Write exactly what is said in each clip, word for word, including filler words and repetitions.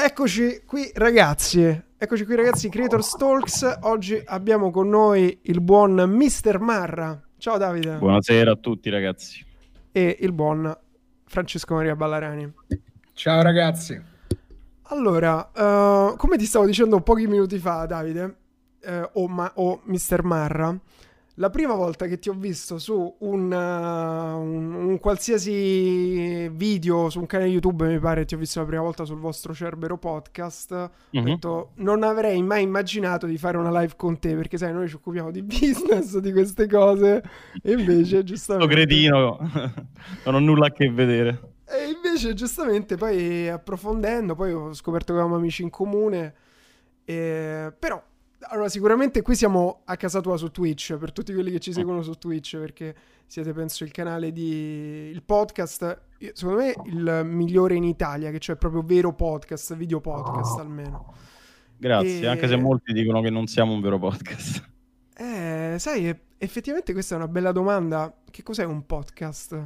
Eccoci qui ragazzi, eccoci qui ragazzi, Creators Talks. Oggi abbiamo con noi il buon mister Marra. Ciao Davide. Buonasera a tutti ragazzi. E il buon Francesco Maria Ballarani. Ciao ragazzi. Allora, uh, come ti stavo dicendo pochi minuti fa Davide, uh, o, ma- o mister Marra, la prima volta che ti ho visto su un, uh, un, un qualsiasi video su un canale YouTube, mi pare, ti ho visto la prima volta sul vostro Cerbero Podcast, mm-hmm. Ho detto non avrei mai immaginato di fare una live con te, perché sai, noi ci occupiamo di business, di queste cose, e invece giustamente... Sto cretino, non ho nulla a che vedere. E invece giustamente poi approfondendo, poi ho scoperto che avevamo amici in comune, e... però... Allora, sicuramente qui siamo a casa tua su Twitch, per tutti quelli che ci seguono su Twitch, perché siete, penso, il canale di... il podcast, secondo me, il migliore in Italia, che c'è proprio vero podcast, video podcast almeno. Grazie, e... anche se molti dicono che non siamo un vero podcast. Eh, sai, effettivamente questa è una bella domanda. Che cos'è un podcast?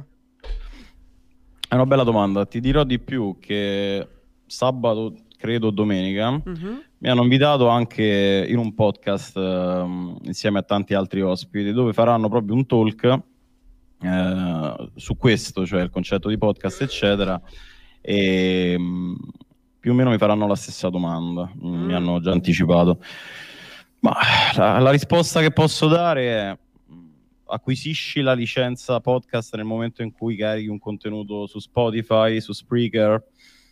È una bella domanda. Ti dirò di più che sabato, credo domenica, mm-hmm. mi hanno invitato anche in un podcast uh, insieme a tanti altri ospiti, dove faranno proprio un talk uh, su questo, cioè il concetto di podcast eccetera, e um, più o meno mi faranno la stessa domanda, mm. mi hanno già anticipato. Ma la, la risposta che posso dare è: acquisisci la licenza podcast nel momento in cui carichi un contenuto su Spotify, su Spreaker.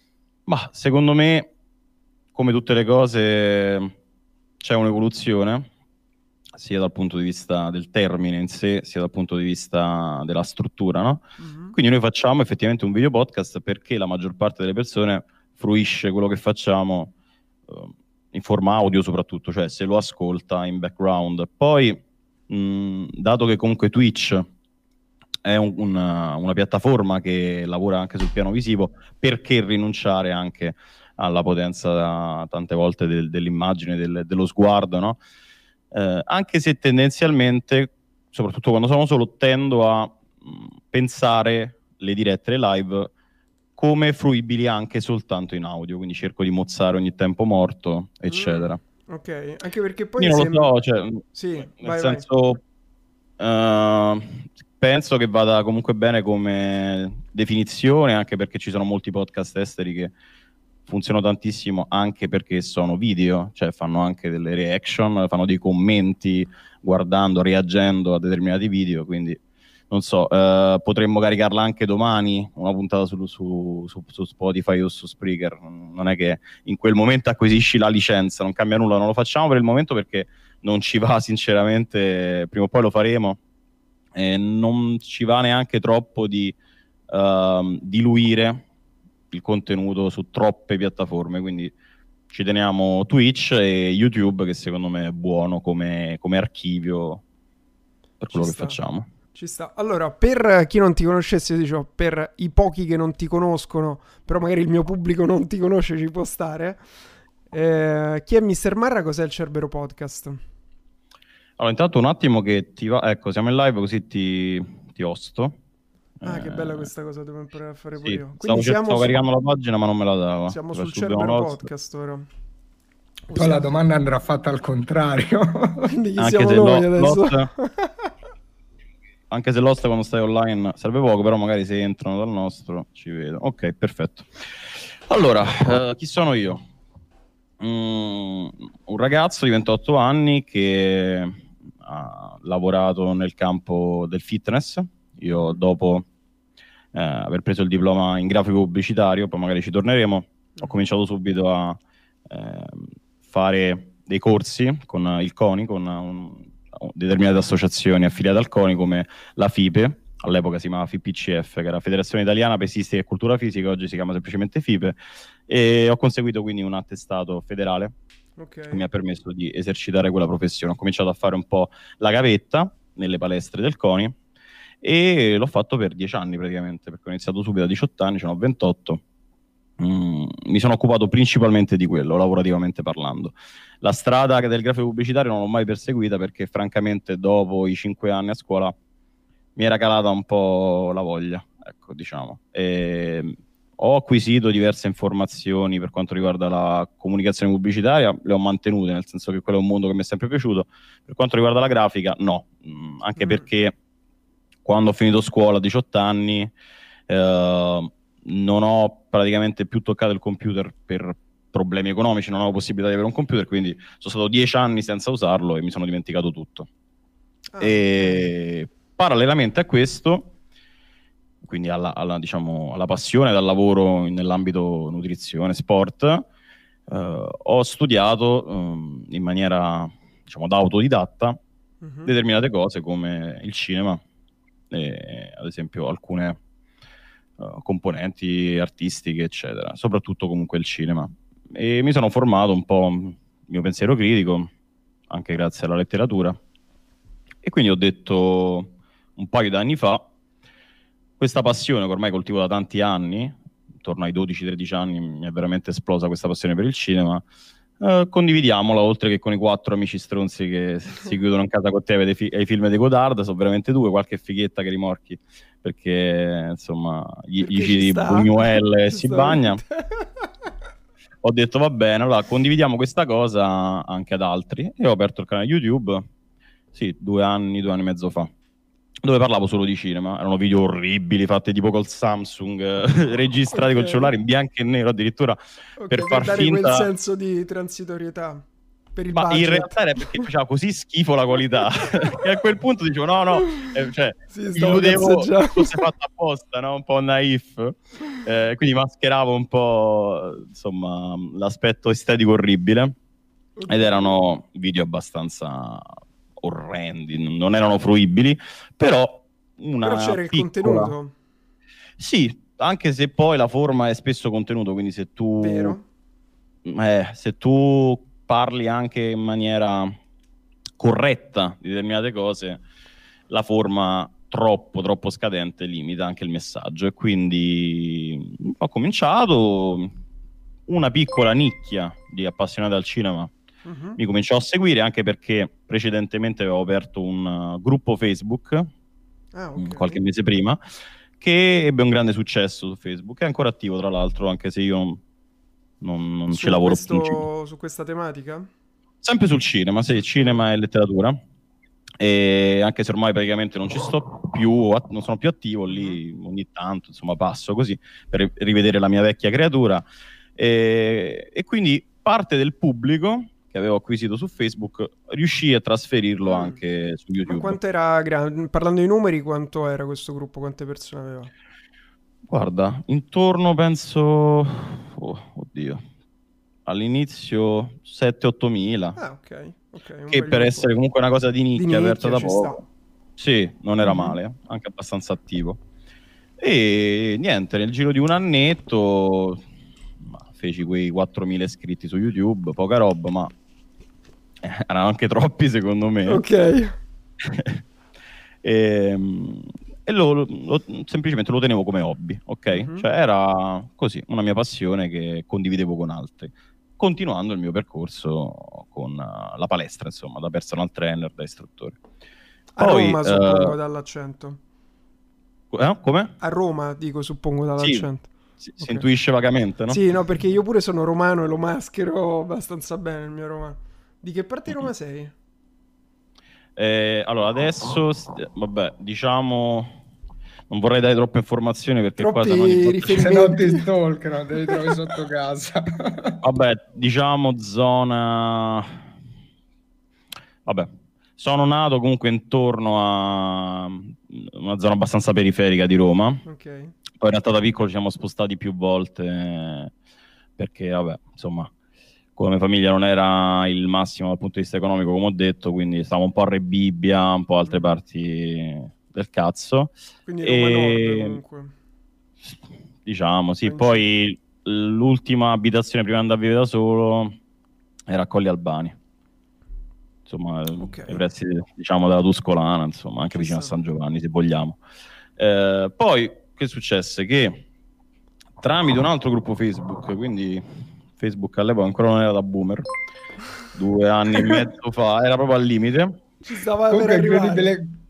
Ma secondo me, come tutte le cose, c'è un'evoluzione, sia dal punto di vista del termine in sé, sia dal punto di vista della struttura, no? Mm-hmm. Quindi noi facciamo effettivamente un video podcast perché la maggior parte delle persone fruisce quello che facciamo uh, in forma audio soprattutto, cioè se lo ascolta in background. Poi, mh, dato che comunque Twitch è un, una, una piattaforma che lavora anche sul piano visivo, perché rinunciare anche alla potenza tante volte del, dell'immagine, del, dello sguardo, no? Eh, anche se tendenzialmente, soprattutto quando sono solo, tendo a mh, pensare le dirette, le live, come fruibili anche soltanto in audio, quindi cerco di mozzare ogni tempo morto, eccetera. Mm, ok, anche perché poi... Io non sembra... lo so, cioè, sì, nel vai, senso... Vai. Uh, penso che vada comunque bene come definizione, anche perché ci sono molti podcast esteri che funzionano tantissimo anche perché sono video, cioè fanno anche delle reaction, fanno dei commenti guardando, reagendo a determinati video, quindi non so, uh, potremmo caricarla anche domani, una puntata su, su, su, su Spotify o su Spreaker. Non è che in quel momento acquisisci la licenza, non cambia nulla, non lo facciamo per il momento perché non ci va sinceramente, prima o poi lo faremo. E non ci va neanche troppo di uh, diluire il contenuto su troppe piattaforme, quindi ci teniamo Twitch e YouTube, che secondo me è buono come, come archivio per quello ci che sta. facciamo. Ci sta. Allora, per chi non ti conoscesse, io dicevo, per i pochi che non ti conoscono, però magari il mio pubblico non ti conosce, ci può stare. Eh, chi è mister Marra? Cos'è il Cerbero Podcast? Allora, intanto un attimo che ti va... Ecco, siamo in live così ti, ti osto. Ah, eh... che bella questa cosa, devo imparare a fare sì, pure io. stavo, Quindi siamo stavo su... caricando la pagina ma non me la dava. Siamo Cioè, sul Cerbero Podcast ora. Poi siamo... la domanda andrà fatta al contrario. Quindi chi anche siamo se noi lo, adesso? L'host, anche se l'host quando stai online serve poco, però magari se entrano dal nostro ci vedo. Ok, perfetto. Allora, uh, chi sono io? Mm, un ragazzo di ventotto anni che ha lavorato nel campo del fitness. Io dopo eh, aver preso il diploma in grafico pubblicitario, poi magari ci torneremo, ho cominciato subito a eh, fare dei corsi con il CONI, con un, determinate associazioni affiliate al CONI come la FIPE, all'epoca si chiamava F I P C F, che era Federazione Italiana Pesistica e Cultura Fisica, oggi si chiama semplicemente FIPE, e ho conseguito quindi un attestato federale, okay, che mi ha permesso di esercitare quella professione. Ho cominciato a fare un po' la gavetta nelle palestre del CONI e l'ho fatto per dieci anni praticamente, perché ho iniziato subito a diciotto anni, ce ne ho ventotto. Mm, mi sono occupato principalmente di quello, lavorativamente parlando. La strada del grafico pubblicitario non l'ho mai perseguita perché francamente dopo i cinque anni a scuola mi era calata un po' la voglia, ecco, diciamo. E ho acquisito diverse informazioni per quanto riguarda la comunicazione pubblicitaria, le ho mantenute, nel senso che quello è un mondo che mi è sempre piaciuto. Per quanto riguarda la grafica, no, mm, anche mm. perché quando ho finito scuola a diciotto anni eh, non ho praticamente più toccato il computer per problemi economici, non avevo possibilità di avere un computer, quindi sono stato dieci anni senza usarlo e mi sono dimenticato tutto. Ah, e okay. Parallelamente a questo, quindi alla, alla, diciamo, alla passione dal lavoro nell'ambito nutrizione, sport, eh, ho studiato eh, in maniera, diciamo, da autodidatta uh-huh. determinate cose come il cinema e ad esempio alcune uh, componenti artistiche, eccetera, soprattutto comunque il cinema. E mi sono formato un po' il mio pensiero critico, anche grazie alla letteratura, e quindi ho detto un paio di anni fa, questa passione che ormai coltivo da tanti anni, intorno ai dodici tredici anni mi è veramente esplosa questa passione per il cinema, eh, condividiamola, oltre che con i quattro amici stronzi che si chiudono in casa con te ai, fi- ai film di Godard, sono veramente due, qualche fighetta che rimorchi, perché insomma gli, perché gli cidi Buñuel e si bagna. Ho detto va bene, allora condividiamo questa cosa anche ad altri, e ho aperto il canale YouTube, sì, due anni, due anni e mezzo fa, dove parlavo solo di cinema. Erano video orribili fatti tipo col Samsung, eh, registrati okay. col cellulare in bianco e nero addirittura, okay, per far per dare finta quel senso di transitorietà per il ma budget. In realtà era perché faceva così schifo la qualità che a quel punto dicevo no no eh, cioè sì, illudevo che fosse fatta apposta, no? Un po' naif, eh, quindi mascheravo un po' insomma l'aspetto estetico orribile, okay. Ed erano video abbastanza orrendi, non erano fruibili, però una però c'era piccola... il contenuto. Sì, anche se poi la forma è spesso contenuto, quindi se tu vero eh, se tu parli anche in maniera corretta di determinate cose, la forma troppo troppo scadente limita anche il messaggio, e quindi ho cominciato, una piccola nicchia di appassionati al cinema uh-huh. mi cominciò a seguire, anche perché precedentemente avevo aperto un uh, gruppo Facebook ah, okay. qualche mese prima, che ebbe un grande successo su Facebook, è ancora attivo tra l'altro, anche se io non, non ci lavoro questo, più. Su questa tematica? Sempre sul cinema, sì, cinema e letteratura, e anche se ormai praticamente non ci sto più, non sono più attivo lì, ogni tanto insomma passo così per rivedere la mia vecchia creatura, e, e quindi parte del pubblico che avevo acquisito su Facebook riuscì a trasferirlo mm. anche su YouTube. Ma quanto era grande? Parlando di numeri, quanto era questo gruppo? Quante persone aveva? Guarda, intorno penso oh, oddio all'inizio sette otto mila. Ah, ok. okay che per gruppo. Essere comunque una cosa di nicchia, di nicchia aperta da poco. Sta. Sì, non era mm-hmm. male, anche abbastanza attivo. E niente, nel giro di un annetto feci quei quattromila iscritti su YouTube, poca roba, ma erano anche troppi secondo me. Ok. e e lo, lo, semplicemente lo tenevo come hobby, ok? Mm-hmm. Cioè era così, una mia passione che condividevo con altri, continuando il mio percorso con uh, la palestra, insomma, da personal trainer, da istruttore. A Poi, Roma, suppongo, uh, dall'accento. Eh? Come? A Roma, dico, suppongo, dall'accento. Sì, okay. Si intuisce vagamente, no? Sì, no, perché io pure sono romano e lo maschero abbastanza bene il mio romano. Di che parte di Roma sei? Eh, allora, adesso, vabbè, diciamo... Non vorrei dare troppe informazioni perché Troppi qua se no ti stalkano, te li trovi sotto casa. Vabbè, diciamo zona... Vabbè, sono nato comunque intorno a una zona abbastanza periferica di Roma. Okay. Poi in realtà da piccolo ci siamo spostati più volte perché, vabbè, insomma, come famiglia non era il massimo dal punto di vista economico, come ho detto, quindi stavamo un po' a Rebibbia, un po' altre parti del cazzo. Quindi Roma e... Nord comunque. Diciamo, sì. Penso. Poi l'ultima abitazione prima di andare a vivere da solo era a Colli Albani. Insomma, okay. I pressi, diciamo, della Tuscolana, insomma, anche Ci vicino sta. a San Giovanni, se vogliamo. Eh, poi, che successe? Che tramite un altro gruppo Facebook, quindi Facebook all'epoca ancora non era da boomer, due anni e mezzo fa, era proprio al limite. Ci stava per arrivare. Incredibile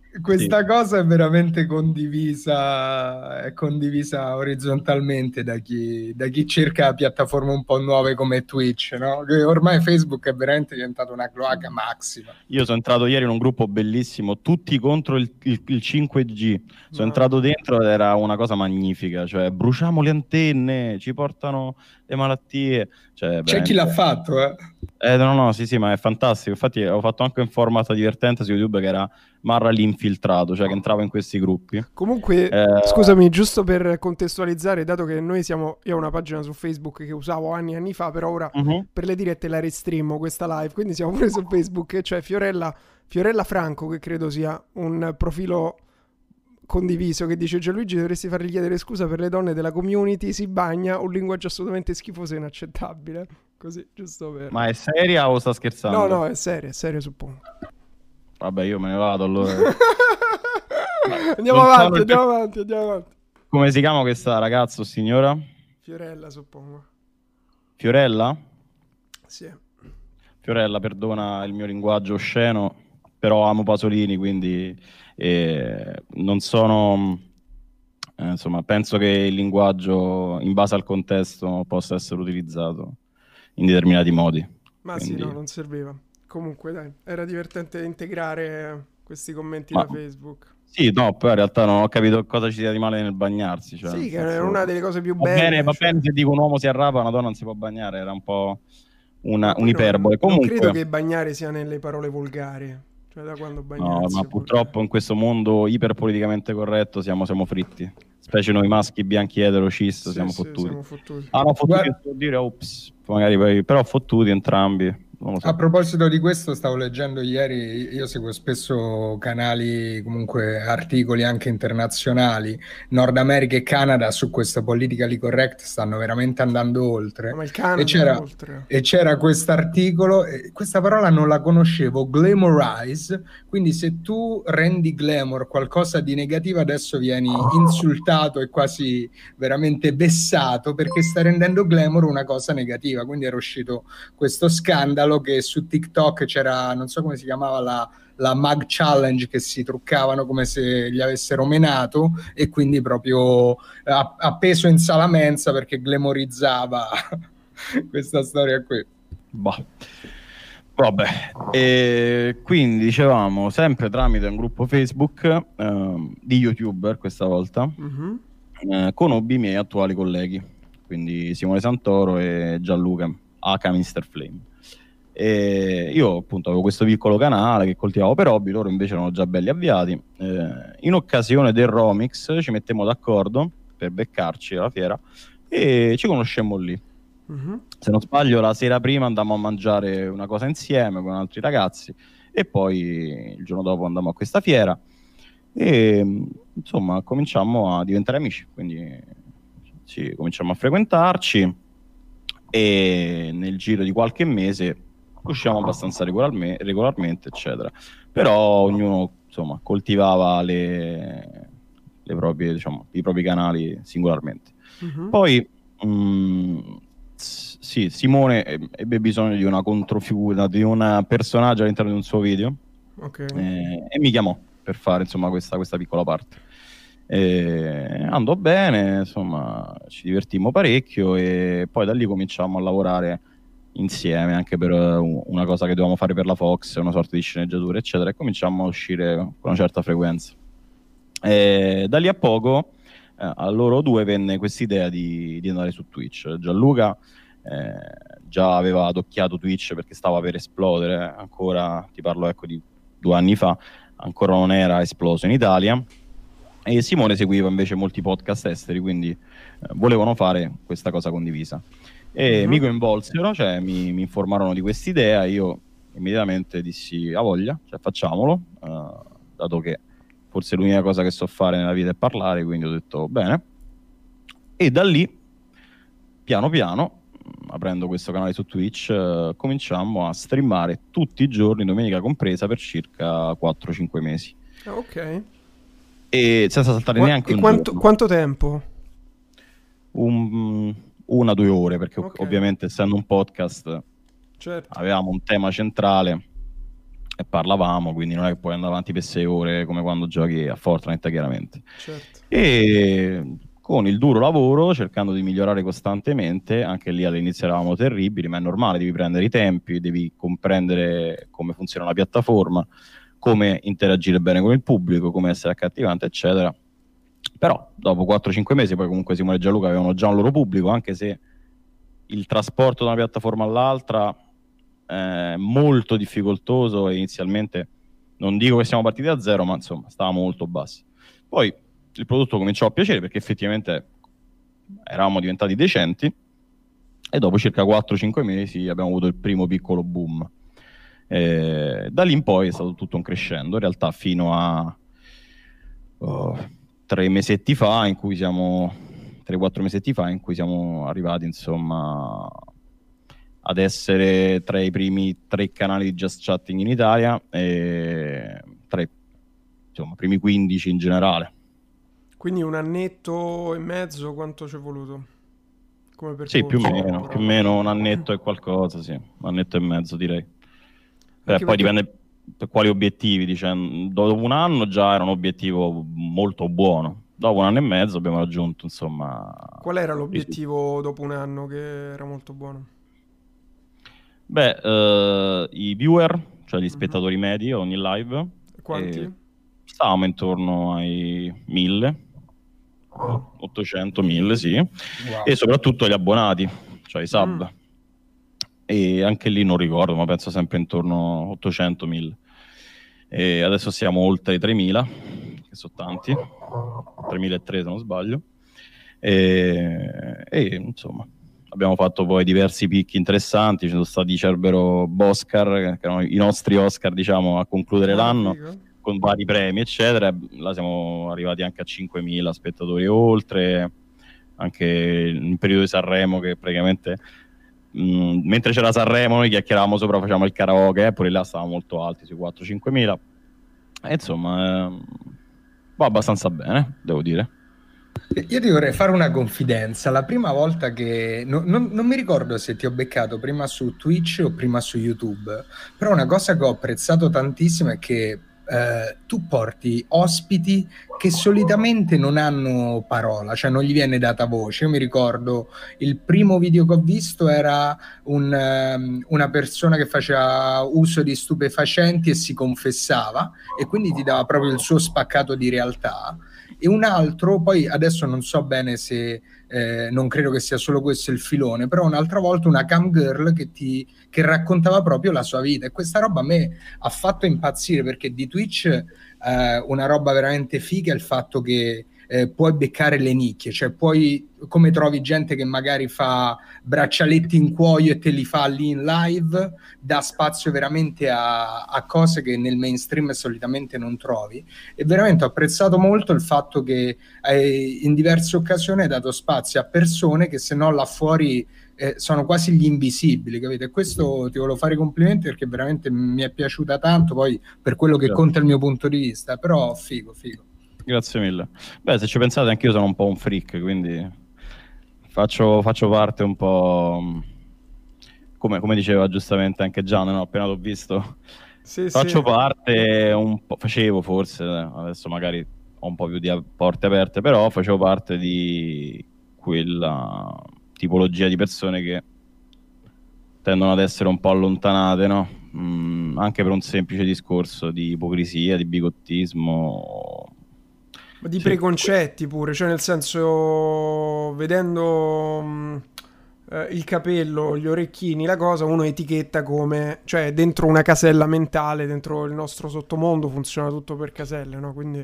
questa Sì. cosa è veramente condivisa, è condivisa orizzontalmente da chi, da chi cerca piattaforme un po' nuove come Twitch, no? Che ormai Facebook è veramente diventato una cloaca massima. Io sono entrato ieri in un gruppo bellissimo, tutti contro il, il- il cinque G. Sono No. entrato dentro ed era una cosa magnifica, cioè bruciamo le antenne, ci portano le malattie. Cioè, C'è chi l'ha veramente- fatto, eh? Eh, no, no, sì, sì, ma è fantastico. Infatti ho fatto anche un format divertente su YouTube che era Marra l'infiltrato, cioè che entrava in questi gruppi. Comunque, Eh, scusami, giusto per contestualizzare, dato che noi siamo, io ho una pagina su Facebook che usavo anni e anni fa, però ora mhm. per le dirette la restreamo questa live, quindi siamo pure su Facebook, cioè Fiorella, Fiorella Franco, che credo sia un profilo condiviso, che dice: Gianluigi, dovresti fargli chiedere scusa per le donne della community, si bagna, un linguaggio assolutamente schifoso e inaccettabile. Così, giusto per... Ma è seria o sta scherzando? No, no, è serio, è serio, suppongo. Vabbè, io me ne vado allora. Andiamo Non avanti, sono- andiamo avanti, andiamo avanti. Come si chiama questa ragazza o signora? Fiorella, suppongo. Fiorella? Sì. Fiorella, perdona il mio linguaggio osceno, però amo Pasolini, quindi eh, non sono... eh, insomma, penso che il linguaggio, in base al contesto, possa essere utilizzato in determinati modi. Ma Quindi- sì, no, non serviva. Comunque, dai, era divertente integrare questi commenti Ma- da Facebook. Sì, no, poi in realtà non ho capito cosa ci sia di male nel bagnarsi. Cioè, Sì, nel che senso- è una delle cose più va belle. bene, va cioè. bene se dico un uomo si arrapa, una donna non si può bagnare, era un po' una, Ma poi un'iperbole. non, non Comunque, credo che bagnare sia nelle parole volgari. Cioè, da quando no, bagnarsi ma è purtroppo volgare. in questo mondo iperpoliticamente corretto siamo, siamo fritti. Specie noi maschi bianchi etero cis Sì, siamo sì, fottuti. siamo fottuti. Ah, no, fottuti Guarda- devo dire, ops, magari poi, però fottuti entrambi. Non lo so. A proposito di questo, stavo leggendo ieri, io seguo spesso canali, comunque articoli anche internazionali, Nord America e Canada su questa politically correct stanno veramente andando oltre. Ma il Canada E c'era, oltre. e c'era quest'articolo, e questa parola non la conoscevo, glamorize, quindi se tu rendi glamour qualcosa di negativo adesso vieni insultato e quasi veramente vessato perché stai rendendo glamour una cosa negativa, quindi era uscito questo scandalo che su TikTok c'era, non so come si chiamava, la, la Mug Challenge, che si truccavano come se gli avessero menato e quindi proprio ha, appeso in sala mensa perché glamorizzava questa storia qui. Bah. Vabbè, e quindi dicevamo sempre tramite un gruppo Facebook ehm, di YouTuber questa volta, Mhm. eh, conobbi i miei attuali colleghi, quindi Simone Santoro e Gianluca, aka mister Flame. E io appunto avevo questo piccolo canale che coltivavo per hobby, loro invece erano già belli avviati. Eh, in occasione del Romix ci mettemmo d'accordo per beccarci alla fiera e ci conoscemmo lì. Mhm. Se non sbaglio la sera prima andammo a mangiare una cosa insieme con altri ragazzi e poi il giorno dopo andammo a questa fiera e insomma cominciamo a diventare amici, quindi sì, cominciamo a frequentarci e nel giro di qualche mese usciamo abbastanza regolarme- regolarmente eccetera, però ognuno insomma coltivava le, le proprie, diciamo, i propri canali singolarmente. Mhm. Poi mh, s- sì, Simone eb- ebbe bisogno di una controfigura, di un personaggio all'interno di un suo video Ok. eh, e mi chiamò per fare insomma questa, questa piccola parte. E andò bene, insomma, ci divertimmo parecchio e poi da lì cominciamo a lavorare insieme anche per uh, una cosa che dovevamo fare per la Fox, una sorta di sceneggiatura, eccetera, e cominciamo a uscire con una certa frequenza. E da lì a poco eh, a loro due venne quest'idea di, di andare su Twitch. Gianluca eh, già aveva adocchiato Twitch perché stava per esplodere, ancora ti parlo ecco di due anni fa, ancora non era esploso in Italia. E Simone seguiva invece molti podcast esteri, quindi eh, volevano fare questa cosa condivisa. E Mhm. mi coinvolsero, cioè mi, mi informarono di quest'idea, io immediatamente dissi a voglia, cioè facciamolo, eh, dato che forse l'unica cosa che so fare nella vita è parlare, quindi ho detto bene. E da lì, piano piano, mh, aprendo questo canale su Twitch, eh, cominciamo a streamare tutti i giorni, domenica compresa, per circa quattro cinque mesi. Ah, ok. E senza saltare Qua- neanche e un quanto, giorno. quanto tempo? Un, una o due ore, perché Ok. ovviamente essendo un podcast Certo. avevamo un tema centrale e parlavamo, quindi non è che puoi andare avanti per sei ore come quando giochi a Fortnite, chiaramente. Certo. E con il duro lavoro, cercando di migliorare costantemente, anche lì all'inizio eravamo terribili, ma è normale, devi prendere i tempi, devi comprendere come funziona la piattaforma, come interagire bene con il pubblico, come essere accattivante, eccetera. Però dopo quattro cinque mesi, poi comunque Simone e Gianluca avevano già un loro pubblico, anche se il trasporto da una piattaforma all'altra è molto difficoltoso, e inizialmente non dico che siamo partiti da zero, ma insomma stavamo molto bassi. Poi il prodotto cominciò a piacere perché effettivamente eravamo diventati decenti, e dopo circa quattro cinque mesi abbiamo avuto il primo piccolo boom. E da lì in poi è stato tutto un crescendo, in realtà fino a oh, tre mesetti fa in cui siamo tre quattro mesetti fa in cui siamo arrivati insomma ad essere tra i primi tre canali di Just Chatting in Italia e tra i insomma, primi quindici in generale. Quindi un annetto e mezzo, quanto ci è voluto? Come percorso? Sì, più o meno, più o meno un annetto e qualcosa, sì, un annetto e mezzo direi. Beh, poi perché... dipende per quali obiettivi, diciamo. Dopo un anno già era un obiettivo molto buono. Dopo un anno e mezzo abbiamo raggiunto, insomma... Qual era l'obiettivo dopo un anno che era molto buono? Beh, uh, i viewer, cioè gli spettatori mm-hmm. medi ogni live. Quanti? Stavamo intorno ai mille, oh. ottocento mille, sì. Wow. E soprattutto gli abbonati, cioè i sub. Mm. E anche lì non ricordo, ma penso sempre intorno a ottocentomila. E adesso siamo oltre i tremila, che sono tanti, tremilatré se non sbaglio. E, e insomma, abbiamo fatto poi diversi picchi interessanti, ci sono stati i Cerbero Oscar, che erano i nostri Oscar, diciamo, a concludere ah, l'anno, figo. Con vari premi, eccetera. Là siamo arrivati anche a cinquemila spettatori oltre, anche in periodo di Sanremo, che praticamente... Mm, mentre c'era Sanremo noi chiacchieravamo sopra, facciamo il karaoke, eh, pure là stavamo molto alti, sui quattro cinquemila, e insomma eh, va abbastanza bene, devo dire. Io ti vorrei fare una confidenza. La prima volta che no, non, non mi ricordo se ti ho beccato prima su Twitch o prima su YouTube, però una cosa che ho apprezzato tantissimo è che Uh, tu porti ospiti che solitamente non hanno parola, cioè non gli viene data voce. Io mi ricordo il primo video che ho visto era un, um, una persona che faceva uso di stupefacenti e si confessava, e quindi ti dava proprio il suo spaccato di realtà. E un altro, poi adesso non so bene se eh, non credo che sia solo questo il filone, però un'altra volta una cam girl che ti che raccontava proprio la sua vita, e questa roba a me ha fatto impazzire, perché di Twitch eh, una roba veramente figa è il fatto che eh, puoi beccare le nicchie, cioè puoi, come trovi gente che magari fa braccialetti in cuoio e te li fa lì in live, dà spazio veramente a, a cose che nel mainstream solitamente non trovi. E veramente ho apprezzato molto il fatto che eh, in diverse occasioni hai dato spazio a persone che se no là fuori eh, sono quasi gli invisibili, capite? E questo ti volevo fare i complimenti, perché veramente mi è piaciuta tanto, poi per quello che Grazie. Conta il mio punto di vista, però figo, figo. Grazie mille. Beh, se ci pensate, anch'io sono un po' un freak, quindi faccio, faccio parte un po', come, come diceva giustamente anche Gian, no? Appena l'ho visto, sì, faccio sì. parte un po', facevo forse, adesso magari ho un po' più di porte aperte, però facevo parte di quella tipologia di persone che tendono ad essere un po' allontanate, no? Mm, anche per un semplice discorso di ipocrisia, di bigottismo, ma di sì. preconcetti pure, cioè nel senso, vedendo mh, eh, il capello, gli orecchini, la cosa, uno etichetta come, cioè dentro una casella mentale, dentro il nostro sottomondo funziona tutto per caselle, no? Quindi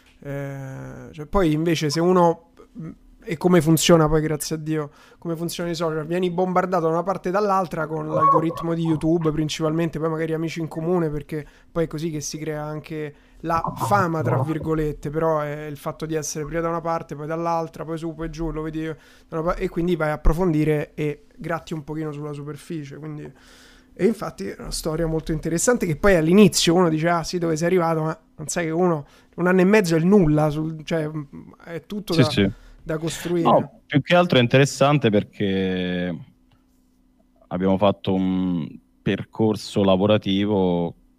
eh, cioè, poi invece se uno, e come funziona poi, grazie a Dio, come funzionano i social, vieni bombardato da una parte e dall'altra con l'algoritmo di YouTube principalmente, poi magari amici in comune, perché poi è così che si crea anche la fama, tra virgolette, però è il fatto di essere prima da una parte, poi dall'altra, poi su, poi giù, lo vedi, e quindi vai a approfondire e gratti un pochino sulla superficie, quindi... E infatti è una storia molto interessante, che poi all'inizio uno dice ah sì, dove sei arrivato, ma non sai che uno un anno e mezzo è il nulla, sul, cioè è tutto sì, da, sì. da costruire. No, più che altro è interessante perché abbiamo fatto un percorso lavorativo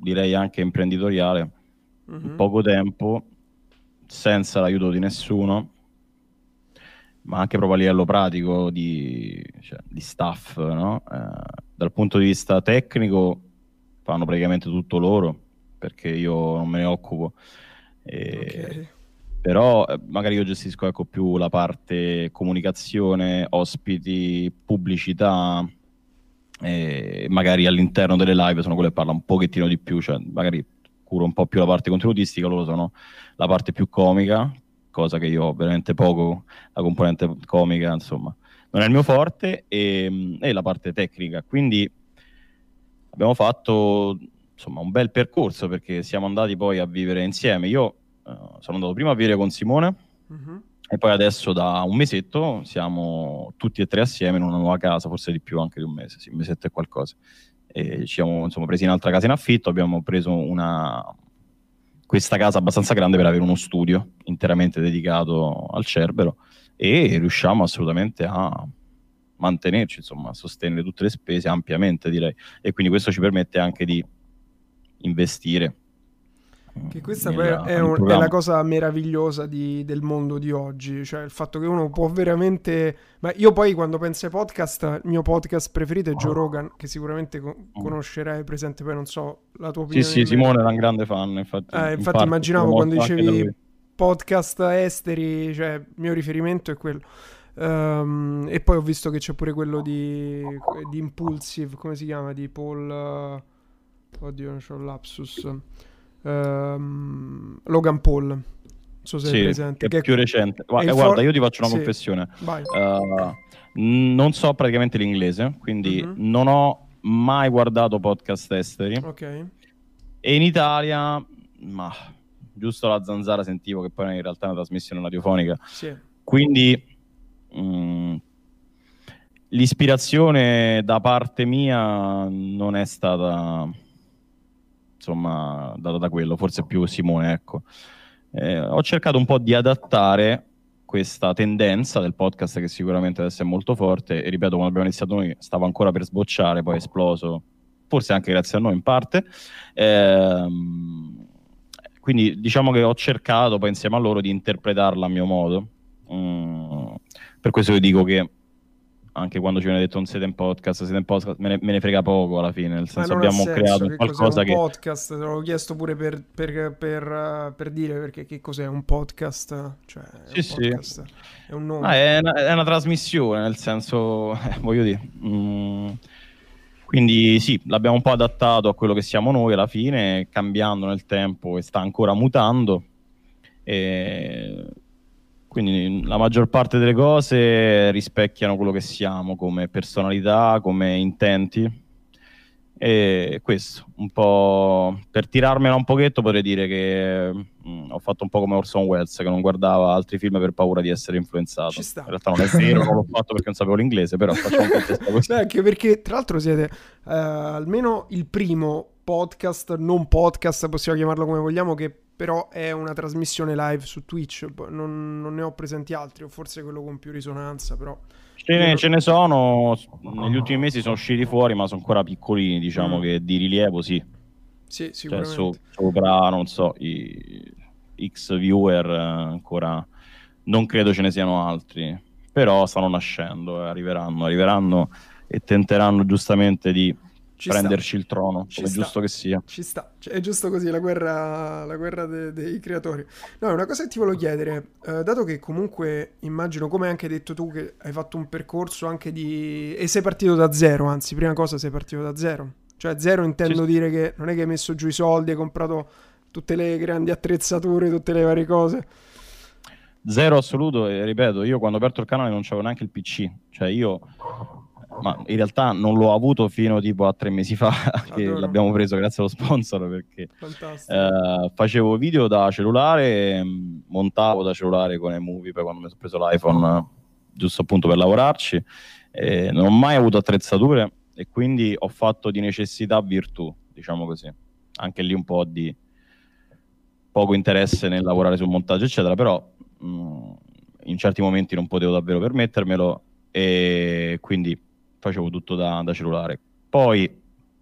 direi anche imprenditoriale, mm-hmm. in poco tempo, senza l'aiuto di nessuno, ma anche proprio a livello pratico di, cioè, di staff, no? Eh, dal punto di vista tecnico fanno praticamente tutto loro, perché io non me ne occupo. E... Okay. Però eh, magari io gestisco, ecco, più la parte comunicazione, ospiti, pubblicità, e magari all'interno delle live sono quelle che parlano un pochettino di più, cioè magari curo un po' più la parte contenutistica, loro sono la parte più comica, cosa che io ho veramente poco, la componente comica, insomma, non è il mio forte, e, e la parte tecnica. Quindi abbiamo fatto, insomma, un bel percorso, perché siamo andati poi a vivere insieme. Io uh, sono andato prima a vivere con Simone, mm-hmm. e poi adesso da un mesetto siamo tutti e tre assieme in una nuova casa, forse di più, anche di un mese, sì, un mesetto e qualcosa. E ci siamo, insomma, presi un'altra casa in affitto, abbiamo preso una... questa casa abbastanza grande per avere uno studio interamente dedicato al Cerbero, e riusciamo assolutamente a mantenerci, insomma, a sostenere tutte le spese ampiamente, direi, e quindi questo ci permette anche di investire. Che questa nella, è, un, è la cosa meravigliosa di, del mondo di oggi, cioè il fatto che uno può veramente... Ma io poi quando penso ai podcast, il mio podcast preferito è Joe Rogan, che sicuramente co- conoscerai, presente, poi non so la tua opinione. Sì, sì, Simone era un grande fan, infatti. Eh, infatti immaginavo quando dicevi podcast esteri, cioè il mio riferimento è quello. Um, e poi ho visto che c'è pure quello di, di Impulsive, come si chiama? Di Paul... Uh, oddio, non c'ho il lapsus... Um, Logan Paul, non so se sì, è presente, è che più recente. Guarda, for- io ti faccio una sì. confessione. Uh, non so praticamente l'inglese, quindi mm-hmm. non ho mai guardato podcast esteri. Ok. E in Italia, ma giusto la zanzara sentivo, che poi in realtà è una trasmissione radiofonica. Sì. Quindi mh, l'ispirazione da parte mia non è stata, insomma, data da quello, forse più Simone, ecco. Eh, ho cercato un po' di adattare questa tendenza del podcast, che sicuramente adesso è molto forte, e ripeto, quando abbiamo iniziato noi stava ancora per sbocciare, poi è esploso, forse anche grazie a noi in parte. Ehm, quindi diciamo che ho cercato poi insieme a loro di interpretarla a mio modo. Mm, per questo io dico che anche quando ci viene detto un siete in podcast, siete in podcast, me ne, me ne frega poco alla fine, nel senso abbiamo senso, creato che qualcosa che... un podcast, te l'avevo chiesto pure per, per, per, uh, per dire, perché che cos'è un podcast? Cioè, è sì, un podcast, sì. È un nome. Ah, è, una, è una trasmissione, nel senso, eh, voglio dire... Mm, quindi sì, l'abbiamo un po' adattato a quello che siamo noi alla fine, cambiando nel tempo e sta ancora mutando. E... quindi la maggior parte delle cose rispecchiano quello che siamo come personalità, come intenti, e questo, un po' per tirarmela un pochetto, potrei dire che mh, ho fatto un po' come Orson Welles, che non guardava altri film per paura di essere influenzato. Ci sta. In realtà non è vero, non l'ho fatto perché non sapevo l'inglese, però facciamo un po' anche perché tra l'altro siete uh, almeno il primo podcast, non podcast, possiamo chiamarlo come vogliamo, che però è una trasmissione live su Twitch. Non, non ne ho presenti altri, o forse quello con più risonanza, però ce ne, ce ne sono, negli ultimi mesi sono usciti fuori, ma sono ancora piccolini, diciamo, mm. che di rilievo sì. Sì, sicuramente. Cioè, so, sopra, non so, i X viewer ancora non credo ce ne siano altri, però stanno nascendo, eh, arriveranno, arriveranno e tenteranno giustamente di Ci prenderci sta. il trono, Ci come è giusto che sia. Ci sta, cioè, è giusto così, la guerra, la guerra de- dei creatori. No, è una cosa che ti volevo chiedere, eh, dato che comunque immagino, come hai anche detto tu, che hai fatto un percorso anche di... e sei partito da zero, anzi, prima cosa sei partito da zero. Cioè zero intendo sì. dire che non è che hai messo giù i soldi, hai comprato tutte le grandi attrezzature, tutte le varie cose. Zero assoluto, e ripeto, io quando ho aperto il canale non c'avevo neanche il P C, cioè io... ma in realtà non l'ho avuto fino tipo a tre mesi fa che Adoro. l'abbiamo preso grazie allo sponsor, perché eh, facevo video da cellulare, montavo da cellulare con iMovie, poi quando mi sono preso l'iPhone giusto appunto per lavorarci, eh, non ho mai avuto attrezzature e quindi ho fatto di necessità virtù, diciamo così, anche lì un po' di poco interesse nel lavorare sul montaggio eccetera, però mh, in certi momenti non potevo davvero permettermelo e quindi facevo tutto da, da cellulare. Poi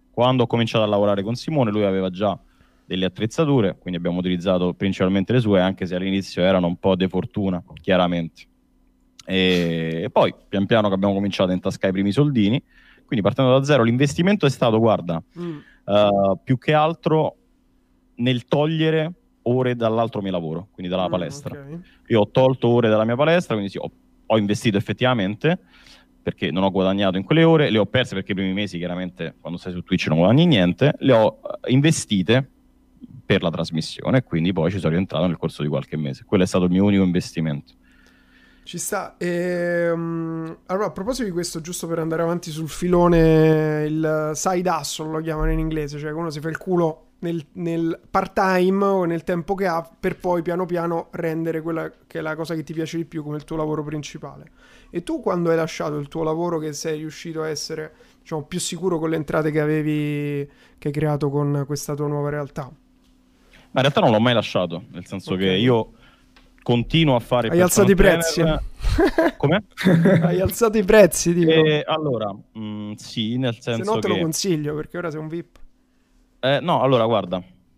Quando ho cominciato a lavorare con Simone, lui aveva già delle attrezzature, quindi abbiamo utilizzato principalmente le sue, anche se all'inizio erano un po' de fortuna, chiaramente. E poi, pian piano che abbiamo cominciato a intascare i primi soldini, quindi partendo da zero, l'investimento è stato, guarda, mm. uh, più che altro nel togliere ore dall'altro mio lavoro, quindi dalla mm, palestra. Okay. Io ho tolto ore dalla mia palestra, quindi sì, ho, ho investito effettivamente, perché non ho guadagnato in quelle ore, le ho perse perché i primi mesi chiaramente quando stai su Twitch non guadagni niente, le ho investite per la trasmissione, quindi poi ci sono rientrato nel corso di qualche mese. Quello è stato il mio unico investimento. Ci sta. E, um, allora, a proposito di questo, giusto per andare avanti sul filone, il side hustle lo chiamano in inglese, cioè uno si fa il culo nel, nel part-time o nel tempo che ha per poi piano piano rendere quella che è la cosa che ti piace di più come il tuo lavoro principale. E tu quando hai lasciato il tuo lavoro, che sei riuscito a essere, diciamo, più sicuro con le entrate che avevi, che hai creato con questa tua nuova realtà? Ma in realtà non l'ho mai lasciato, nel senso okay. che io continuo a fare... Hai alzato i prezzi? Come? Hai alzato i prezzi, dico. E, allora, mh, sì, nel senso che... Se no te che... lo consiglio, perché ora sei un V I P. Eh, no, allora, guarda,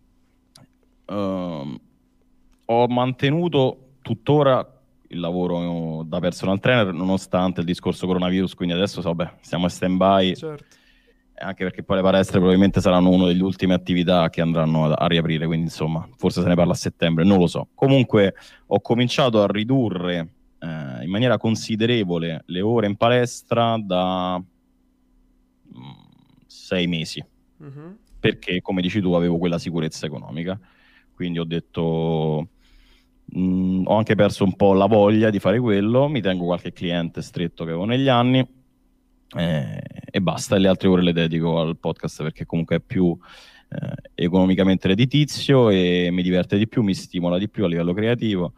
uh, ho mantenuto tuttora il lavoro da personal trainer nonostante il discorso coronavirus, quindi adesso so, beh, siamo a stand-by, certo. Anche perché poi le palestre probabilmente saranno una delle ultime attività che andranno a, a riaprire, quindi insomma, forse se ne parla a settembre, non lo so. Comunque ho cominciato a ridurre eh, in maniera considerevole le ore in palestra da mh, sei mesi, mm-hmm. perché come dici tu avevo quella sicurezza economica, quindi ho detto... Mm, ho anche perso un po' la voglia di fare quello, mi tengo qualche cliente stretto che avevo negli anni eh, e basta, e le altre ore le dedico al podcast perché comunque è più eh, economicamente redditizio e mi diverte di più, mi stimola di più a livello creativo.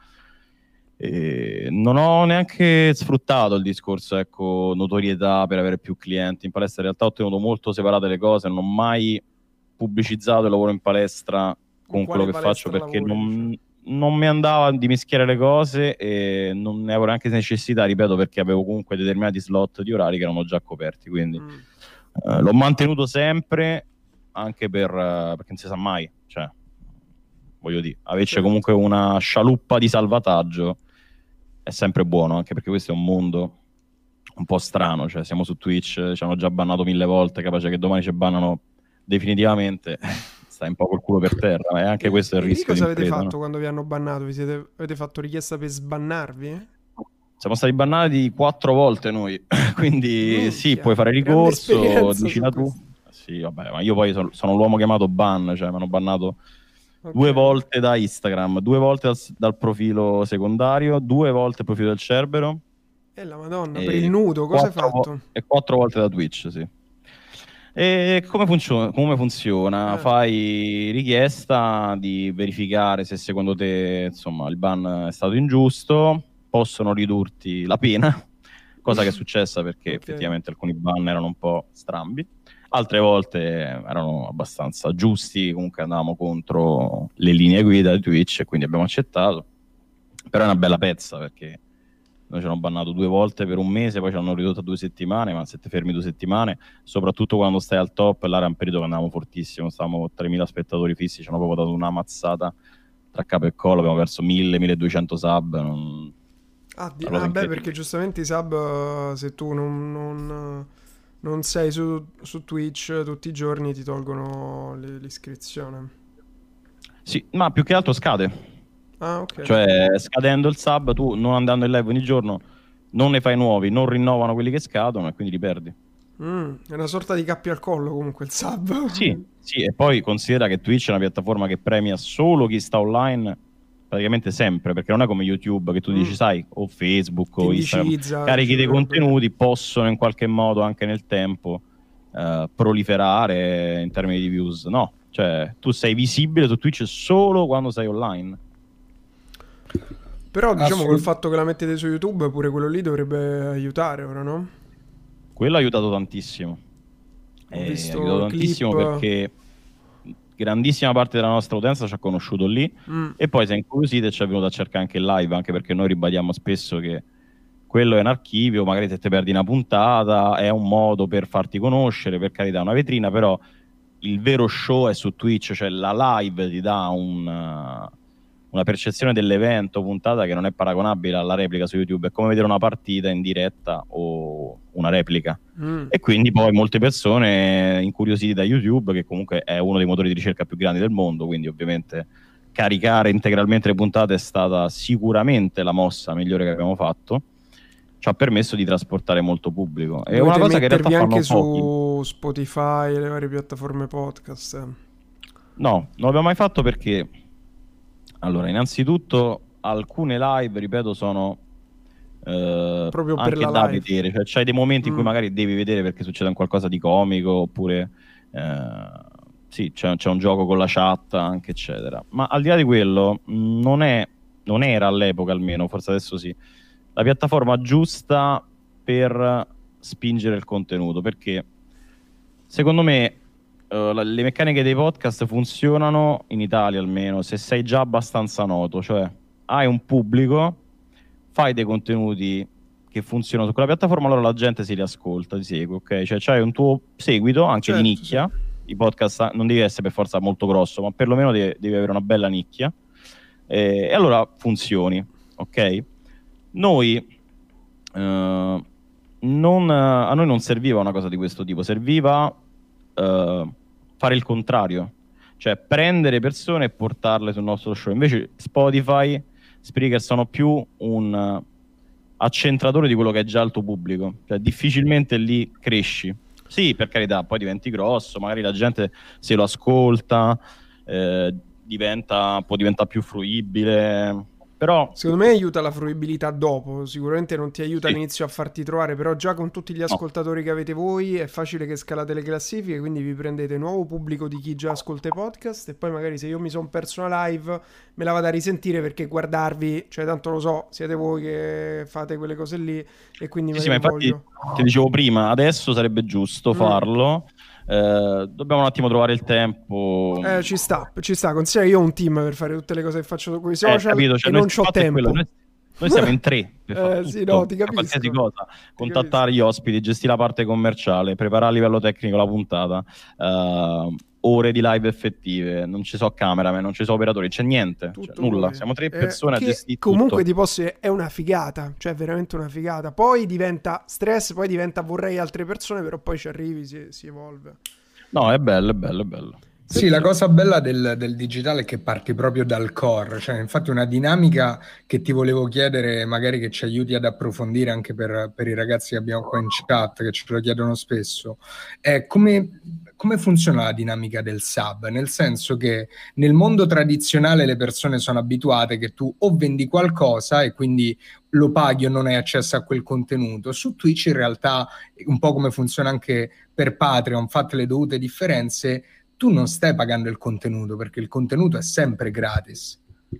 E non ho neanche sfruttato il discorso, ecco, notorietà per avere più clienti in palestra. In realtà ho tenuto molto separate le cose, non ho mai pubblicizzato il lavoro in palestra con in quello che faccio perché lavori, non... Cioè? Non mi andava di mischiare le cose e non ne avevo neanche necessità, ripeto, perché avevo comunque determinati slot di orari che erano già coperti, quindi mm. uh, l'ho mantenuto sempre anche per uh, perché non si sa mai, cioè voglio dire, averci comunque una scialuppa di salvataggio è sempre buono, anche perché questo è un mondo un po' strano, cioè siamo su Twitch, ci hanno già bannato mille volte, capace che domani ci bannano definitivamente. Stai un po' col culo per terra, e anche questo è il e rischio. Cosa di avete impresa, fatto no? quando vi hanno bannato? Vi siete, avete fatto richiesta per sbannarvi? Siamo stati bannati quattro volte noi, quindi mm, sì, chiaro. Puoi fare ricorso, dicila tu. Sì, vabbè, ma io poi sono, sono l'uomo chiamato ban, cioè mi hanno bannato okay. due volte da Instagram, due volte dal, dal profilo secondario, due volte il profilo del Cerbero. E la Madonna, per il nudo, cosa hai fatto? Vo- e quattro volte da Twitch, sì. E come funziona? Come funziona? Eh. Fai richiesta di verificare se secondo te insomma il ban è stato ingiusto, possono ridurti la pena, cosa che è successa perché okay. effettivamente alcuni ban erano un po' strambi, altre volte erano abbastanza giusti, comunque andavamo contro le linee guida di Twitch e quindi abbiamo accettato, però è una bella pezza perché noi ci hanno bannato due volte per un mese, poi ci hanno ridotto a due settimane, ma se ti fermi due settimane, soprattutto quando stai al top, là era un periodo che andavamo fortissimo, stavamo con tremila spettatori fissi, ci hanno proprio dato una mazzata tra capo e collo, abbiamo perso mille milleduecento sub. Non... Ah, di... ah beh, perché giustamente i sub, se tu non, non, non sei su, su Twitch tutti i giorni, ti tolgono l'iscrizione. Sì, ma più che altro scade. Ah, okay. Cioè scadendo il sub, tu non andando in live ogni giorno non ne fai nuovi, non rinnovano quelli che scadono e quindi li perdi. Mm, è una sorta di cappio al collo comunque il sub. Sì, sì, e poi considera che Twitch è una piattaforma che premia solo chi sta online praticamente sempre, perché non è come YouTube che tu mm. dici, sai, o Facebook Ti o Instagram, carichi dei contenuti possono in qualche modo anche nel tempo uh, proliferare in termini di views. No, cioè tu sei visibile su Twitch solo quando sei online. Però diciamo Assolut- col fatto che la mettete su YouTube pure quello lì dovrebbe aiutare ora, no? Quello ha aiutato tantissimo. Ho eh, visto ha aiutato tantissimo clip... perché grandissima parte della nostra utenza ci ha conosciuto lì mm. e poi si è incuriosita e ci è venuto a cercare anche in live, anche perché noi ribadiamo spesso che quello è un archivio, magari se ti perdi una puntata è un modo per farti conoscere, per carità una vetrina, però il vero show è su Twitch, cioè la live ti dà un, una percezione dell'evento puntata che non è paragonabile alla replica su YouTube. È come vedere una partita in diretta o una replica. Mm. E quindi poi molte persone incuriosite da YouTube, che comunque è uno dei motori di ricerca più grandi del mondo, quindi ovviamente caricare integralmente le puntate è stata sicuramente la mossa migliore che abbiamo fatto, ci ha permesso di trasportare molto pubblico. È una cosa che in realtà fanno anche pochi. Su Spotify e le varie piattaforme podcast? No, non l'abbiamo mai fatto perché, allora, innanzitutto alcune live, ripeto, sono eh, proprio anche per la da live. vedere, cioè c'hai dei momenti mm. in cui magari devi vedere perché succede un qualcosa di comico, oppure eh, sì, c'è, c'è un gioco con la chat anche, eccetera. Ma al di là di quello, non è, non era all'epoca almeno, forse adesso sì, la piattaforma giusta per spingere il contenuto, perché secondo me uh, le meccaniche dei podcast funzionano in Italia almeno se sei già abbastanza noto, cioè hai un pubblico, fai dei contenuti che funzionano su quella piattaforma, allora la gente si riascolta, ti segue, ok? Cioè c'hai un tuo seguito anche certo, di nicchia, sì. I podcast non devi essere per forza molto grosso, ma perlomeno devi, devi avere una bella nicchia, e, e allora funzioni, ok? Noi uh, non, a noi non serviva una cosa di questo tipo, serviva uh, fare il contrario, cioè prendere persone e portarle sul nostro show. Invece Spotify, Spreaker sono più un uh, accentratore di quello che è già il tuo pubblico, cioè difficilmente lì cresci. Sì, per carità, poi diventi grosso, magari la gente se lo ascolta, eh, diventa, può diventare più fruibile. Però secondo me aiuta la fruibilità dopo, sicuramente non ti aiuta sì. all'inizio a farti trovare, però già con tutti gli ascoltatori no. che avete voi è facile che scalate le classifiche, quindi vi prendete nuovo pubblico di chi già ascolta i podcast e poi magari se io mi sono perso una live me la vado a risentire perché guardarvi, cioè tanto lo so, siete voi che fate quelle cose lì e quindi sì, me sì, ne ma infatti voglio. Ti dicevo prima, adesso sarebbe giusto mm. farlo. Eh, dobbiamo un attimo trovare il tempo. Eh, ci sta, ci sta. Considera io ho un team per fare tutte le cose che faccio con i social eh, capito, cioè, e non c'ho tempo. Noi, noi siamo in tre per fare eh, tutto, sì, no, ti capisco. qualsiasi cosa. Ti Contattare capisco. gli ospiti, gestire la parte commerciale, preparare a livello tecnico la puntata, uh, ore di live effettive, non ci so cameraman, non ci so operatori, c'è niente, cioè, nulla. Siamo tre persone eh, a gestire comunque tutto. Ti posso dire, è una figata, cioè veramente una figata. Poi diventa stress, poi diventa vorrei altre persone, però poi ci arrivi, si, si evolve. No, è bello, è bello, è bello. Sì, la cosa bella del, del digitale è che parti proprio dal core, cioè infatti una dinamica che ti volevo chiedere, magari che ci aiuti ad approfondire anche per, per i ragazzi che abbiamo qua in chat, che ce lo chiedono spesso, è come, come funziona la dinamica del sub, nel senso che nel mondo tradizionale le persone sono abituate che tu o vendi qualcosa e quindi lo paghi o non hai accesso a quel contenuto. Su Twitch in realtà, un po' come funziona anche per Patreon, fatte le dovute differenze, tu non stai pagando il contenuto perché il contenuto è sempre gratis.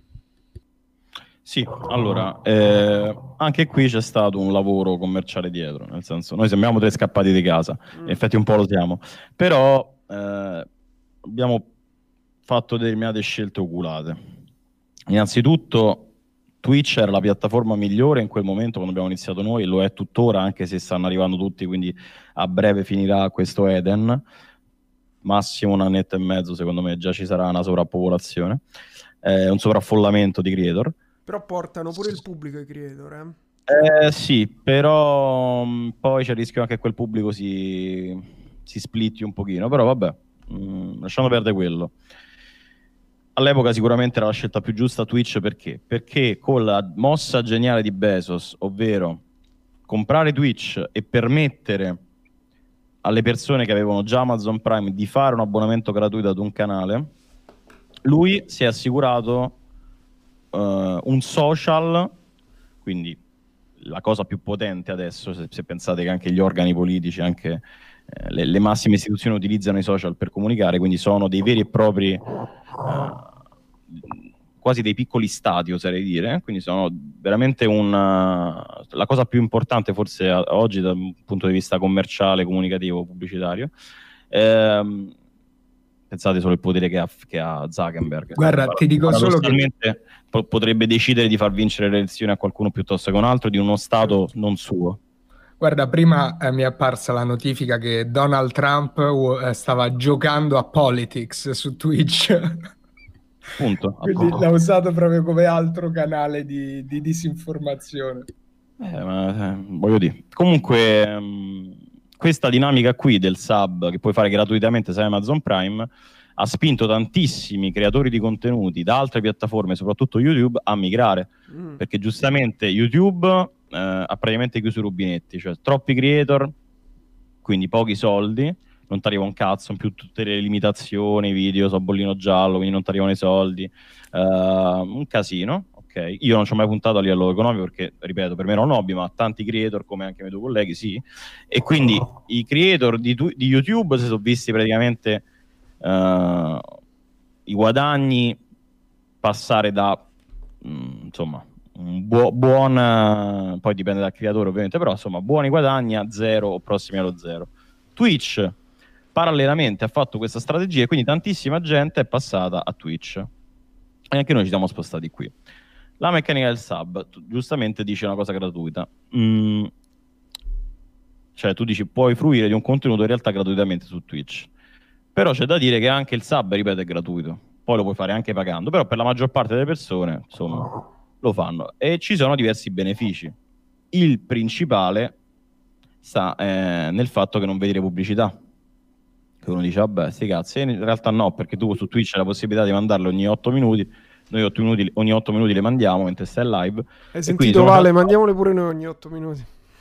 Sì, allora, eh, anche qui c'è stato un lavoro commerciale dietro, nel senso, noi sembriamo tre scappati di casa, in effetti un po' lo siamo, però eh, abbiamo fatto determinate scelte oculate. Innanzitutto, Twitch era la piattaforma migliore in quel momento quando abbiamo iniziato noi, e lo è tuttora, anche se stanno arrivando tutti, quindi a breve finirà questo Eden. Massimo un annetto e mezzo, secondo me, già ci sarà una sovrappopolazione, eh, un sovraffollamento di creator. Però portano pure il pubblico ai creator, eh? Eh sì, però mh, poi c'è il rischio anche che quel pubblico si, si splitti un pochino, però vabbè, mh, lasciamo perdere quello. All'epoca sicuramente era la scelta più giusta Twitch, perché? Perché con la mossa geniale di Bezos, ovvero comprare Twitch e permettere alle persone che avevano già Amazon Prime di fare un abbonamento gratuito ad un canale, lui si è assicurato uh, un social, quindi la cosa più potente adesso, se, se pensate che anche gli organi politici, anche eh, le, le massime istituzioni utilizzano i social per comunicare, quindi sono dei veri e propri uh, quasi dei piccoli stati, oserei dire, quindi sono veramente una, la cosa più importante forse a, oggi dal punto di vista commerciale, comunicativo, pubblicitario. Ehm, pensate solo al potere che ha, che ha Zuckerberg. Guarda, ti dico solo che po- potrebbe decidere di far vincere le elezioni a qualcuno piuttosto che un altro di uno stato non suo. Guarda, prima eh, mi è apparsa la notifica che Donald Trump uh, stava giocando a Politics su Twitch. Punto. Quindi l'ha usato proprio come altro canale di, di disinformazione. Eh, ma, eh, voglio dire. Comunque, mh, questa dinamica qui del sub che puoi fare gratuitamente su Amazon Prime ha spinto tantissimi creatori di contenuti da altre piattaforme, soprattutto YouTube, a migrare. Mm. Perché giustamente YouTube eh, ha praticamente chiuso i rubinetti, cioè troppi creator, quindi pochi soldi, non ti arriva un cazzo, in più tutte le limitazioni, video, so bollino giallo, quindi non ti arrivano i soldi, uh, un casino. Okay. Io non ci ho mai puntato a livello economico perché, ripeto, per me era un hobby, ma tanti creator, come anche i miei due colleghi, sì. E quindi i creator di, tu- di YouTube si sono visti praticamente uh, i guadagni passare da, mh, insomma, un buo- buon, uh, poi dipende dal creatore ovviamente, però insomma, buoni guadagni a zero o prossimi allo zero. Twitch parallelamente ha fatto questa strategia e quindi tantissima gente è passata a Twitch. E anche noi ci siamo spostati qui. La meccanica del sub, tu giustamente dici una cosa gratuita. Mm, cioè tu dici puoi fruire di un contenuto in realtà gratuitamente su Twitch. Però c'è da dire che anche il sub, ripeto, è gratuito. Poi lo puoi fare anche pagando, però per la maggior parte delle persone, insomma, lo fanno. E ci sono diversi benefici. Il principale sta eh, nel fatto che non vedi le pubblicità. Che uno dice, vabbè, sti cazzi. E in realtà no, perché tu su Twitch hai la possibilità di mandarle ogni otto minuti. Noi otto minuti, ogni otto minuti le mandiamo mentre stai live. Hai sentito, Vale? Mandiamole pure noi ogni otto minuti.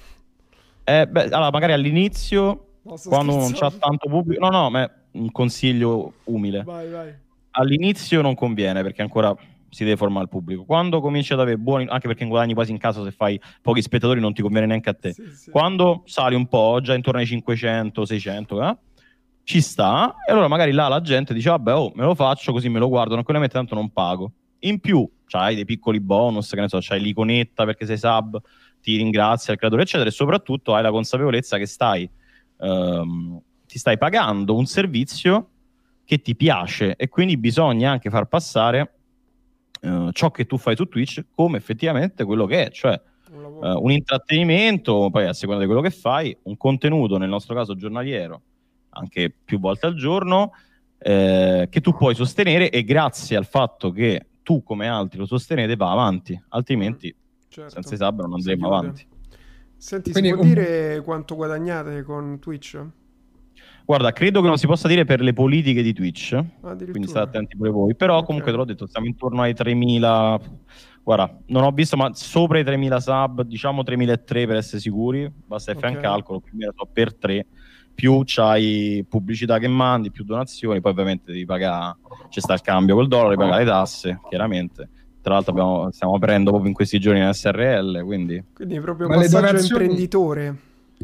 Eh, beh, allora, magari all'inizio, no, quando scherzando. Non c'ha tanto pubblico... No, no, ma è un consiglio umile. Vai, vai. All'inizio non conviene, perché ancora si deve formare il pubblico. Quando cominci ad avere buoni... Anche perché guadagni quasi in caso, se fai pochi spettatori non ti conviene neanche a te. Sì, sì. Quando sali un po', già intorno ai cinquecento, seicento, eh? Ci sta, e allora magari là la gente dice vabbè, oh, me lo faccio così me lo guardo, tranquillamente tanto non pago. In più c'hai dei piccoli bonus, che ne so, c'hai l'iconetta perché sei sub, ti ringrazia il creatore eccetera, e soprattutto hai la consapevolezza che stai ehm, ti stai pagando un servizio che ti piace, e quindi bisogna anche far passare eh, ciò che tu fai su Twitch come effettivamente quello che è, cioè un, eh, un intrattenimento, poi a seconda di quello che fai, un contenuto, nel nostro caso giornaliero, anche più volte al giorno, eh, che tu puoi sostenere, e grazie al fatto che tu come altri lo sostenete va avanti, altrimenti certo, senza i sub non andremo avanti. Senti, Quindi, si può um... dire quanto guadagnate con Twitch? Guarda, credo che non si possa dire per le politiche di Twitch, quindi state attenti pure voi, però okay, comunque te l'ho detto, stiamo intorno ai tremila, guarda, non ho visto, ma sopra i tremila sub, diciamo tremilatrecento per essere sicuri, basta okay, fare un calcolo, più o meno so per tre, più c'hai pubblicità che mandi, più donazioni, poi ovviamente devi pagare, c'è sta il cambio col dollaro, devi pagare le tasse, chiaramente. Tra l'altro abbiamo, stiamo aprendo proprio in questi giorni in S R L, quindi... Quindi proprio un passaggio donazioni... imprenditore.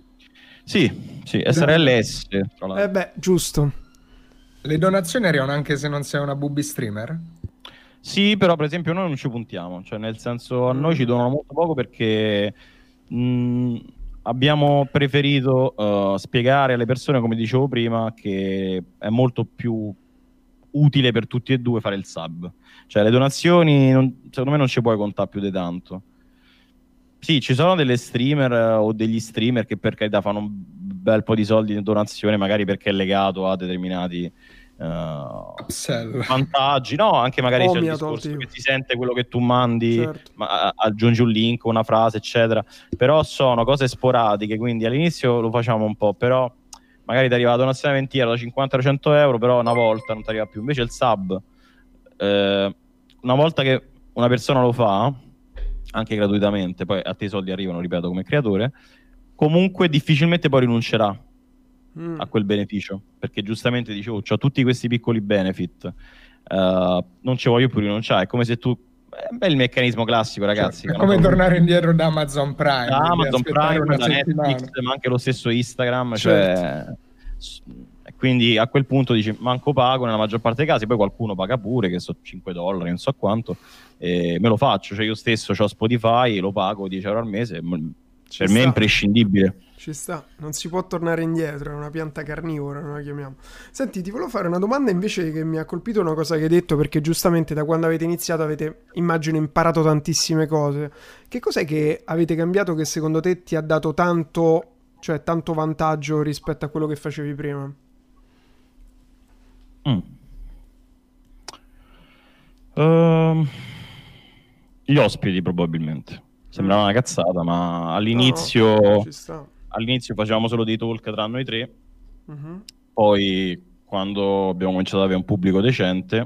Sì, sì, S R L S. Eh beh, giusto. Le donazioni arrivano anche se non sei una booby streamer? Sì, però per esempio noi non ci puntiamo, cioè nel senso a noi ci donano molto poco perché... Mh, abbiamo preferito uh, spiegare alle persone, come dicevo prima, che è molto più utile per tutti e due fare il sub. Cioè le donazioni non, secondo me non ci puoi contare più di tanto. Sì, ci sono delle streamer uh, o degli streamer che per carità fanno un bel po' di soldi in donazione, magari perché è legato a determinati uh, vantaggi, no, anche magari oh, c'è il discorso che si sente quello che tu mandi, certo, ma aggiungi un link, una frase eccetera, però sono cose sporadiche, quindi all'inizio lo facciamo un po', però magari ti arriva la donazione venti euro da cinquanta a cento euro, però una volta non ti arriva più. Invece il sub eh, una volta che una persona lo fa anche gratuitamente, poi a te i soldi arrivano, ripeto, come creatore, comunque difficilmente poi rinuncerà a quel beneficio, perché giustamente dicevo, oh, c'ho tutti questi piccoli benefit, uh, non ci voglio più rinunciare. È come se tu, è un bel meccanismo classico, ragazzi, cioè, è come tornare indietro da Amazon Prime, da Amazon Prime, da Netflix, ma anche lo stesso Instagram, certo, cioè, quindi a quel punto dici manco pago nella maggior parte dei casi, poi qualcuno paga pure, che so cinque dollari, non so quanto, e me lo faccio, cioè io stesso ho Spotify, lo pago dieci euro al mese, Ci per sta. me è imprescindibile. Ci sta, non si può tornare indietro, è una pianta carnivora, non la chiamiamo. Senti, ti volevo fare una domanda invece che mi ha colpito una cosa che hai detto, perché giustamente da quando avete iniziato avete, immagino, imparato tantissime cose. Che cos'è che avete cambiato che secondo te ti ha dato tanto, cioè tanto vantaggio rispetto a quello che facevi prima? Mm. Uh, gli ospiti probabilmente. Sembrava mm. una cazzata, ma all'inizio... No, ci sta. All'inizio facevamo solo dei talk tra noi tre, uh-huh. Poi quando abbiamo cominciato ad avere un pubblico decente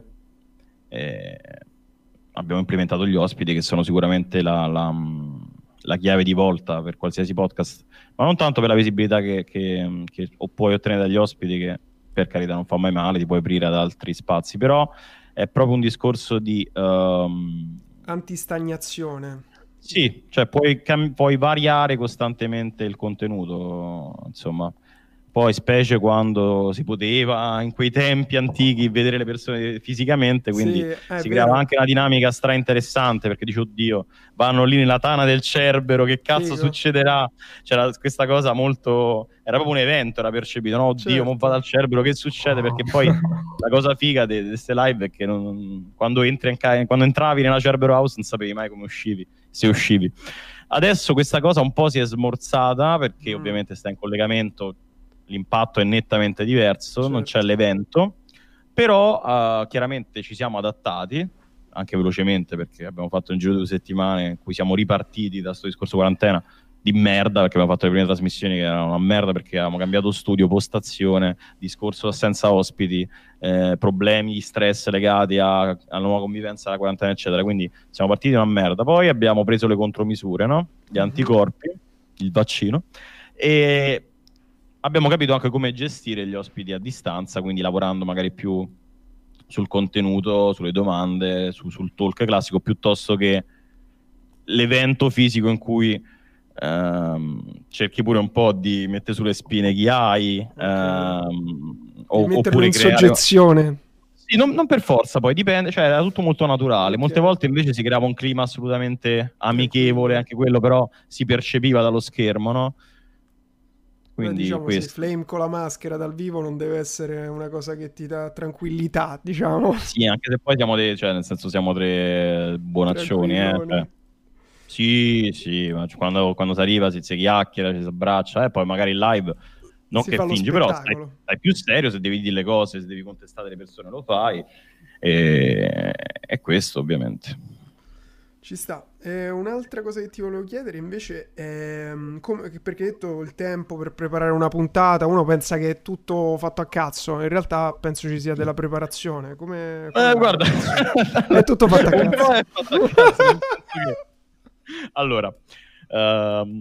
eh, abbiamo implementato gli ospiti, che sono sicuramente la, la, la chiave di volta per qualsiasi podcast, ma non tanto per la visibilità che, che, che puoi ottenere dagli ospiti, che per carità non fa mai male, ti puoi aprire ad altri spazi, però è proprio un discorso di... Um... antistagnazione. Sì, cioè puoi, cam- puoi variare costantemente il contenuto, insomma. Poi specie quando si poteva, in quei tempi antichi, vedere le persone fisicamente, quindi sì, si vero. creava anche una dinamica stra interessante, perché dici, oddio, vanno lì nella tana del Cerbero, che cazzo Figo. succederà? C'era questa cosa molto... era proprio un evento, era percepito, no? Oddio, certo. mo vado al Cerbero, che succede? Perché poi la cosa figa di queste live è che non, quando, entri in ca- quando entravi nella Cerbero House non sapevi mai come uscivi, se uscivi. Adesso questa cosa un po' si è smorzata, perché mm. ovviamente stai in collegamento, l'impatto è nettamente diverso, certo. non c'è l'evento, però uh, chiaramente ci siamo adattati, anche velocemente, perché abbiamo fatto un giro di due settimane in cui siamo ripartiti da sto discorso quarantena di merda, perché abbiamo fatto le prime trasmissioni che erano una merda, perché avevamo cambiato studio, postazione, discorso senza ospiti, eh, problemi di stress legati a, alla nuova convivenza, alla quarantena, eccetera. Quindi siamo partiti una merda. Poi abbiamo preso le contromisure, no? Gli mm-hmm. anticorpi, il vaccino, e abbiamo capito anche come gestire gli ospiti a distanza, quindi lavorando magari più sul contenuto, sulle domande, su, sul talk classico, piuttosto che l'evento fisico in cui ehm, cerchi pure un po' di mettere sulle spine chi hai, okay. ehm, o, oppure in creare... soggezione. Sì, non, non per forza, poi dipende, cioè era tutto molto naturale. Okay. Molte volte invece si creava un clima assolutamente amichevole, anche quello però si percepiva dallo schermo, no? Quindi diciamo questo. Sì, Flame con la maschera dal vivo non deve essere una cosa che ti dà tranquillità, diciamo. Sì, anche se poi siamo dei, cioè nel senso siamo tre buonaccioni, eh. Cioè, sì, sì, ma quando, quando si arriva si, si chiacchiera, ci si abbraccia, e eh, poi magari in live non si che fingi, però stai, stai più serio, se devi dire le cose, se devi contestare le persone lo fai, e, e questo ovviamente. Ci sta. Eh, un'altra cosa che ti volevo chiedere invece è come, perché hai detto il tempo per preparare una puntata, uno pensa che è tutto fatto a cazzo, in realtà penso ci sia della preparazione. Come, come eh, guarda, è tutto fatto a cazzo. È fatto a cazzo. Allora, um,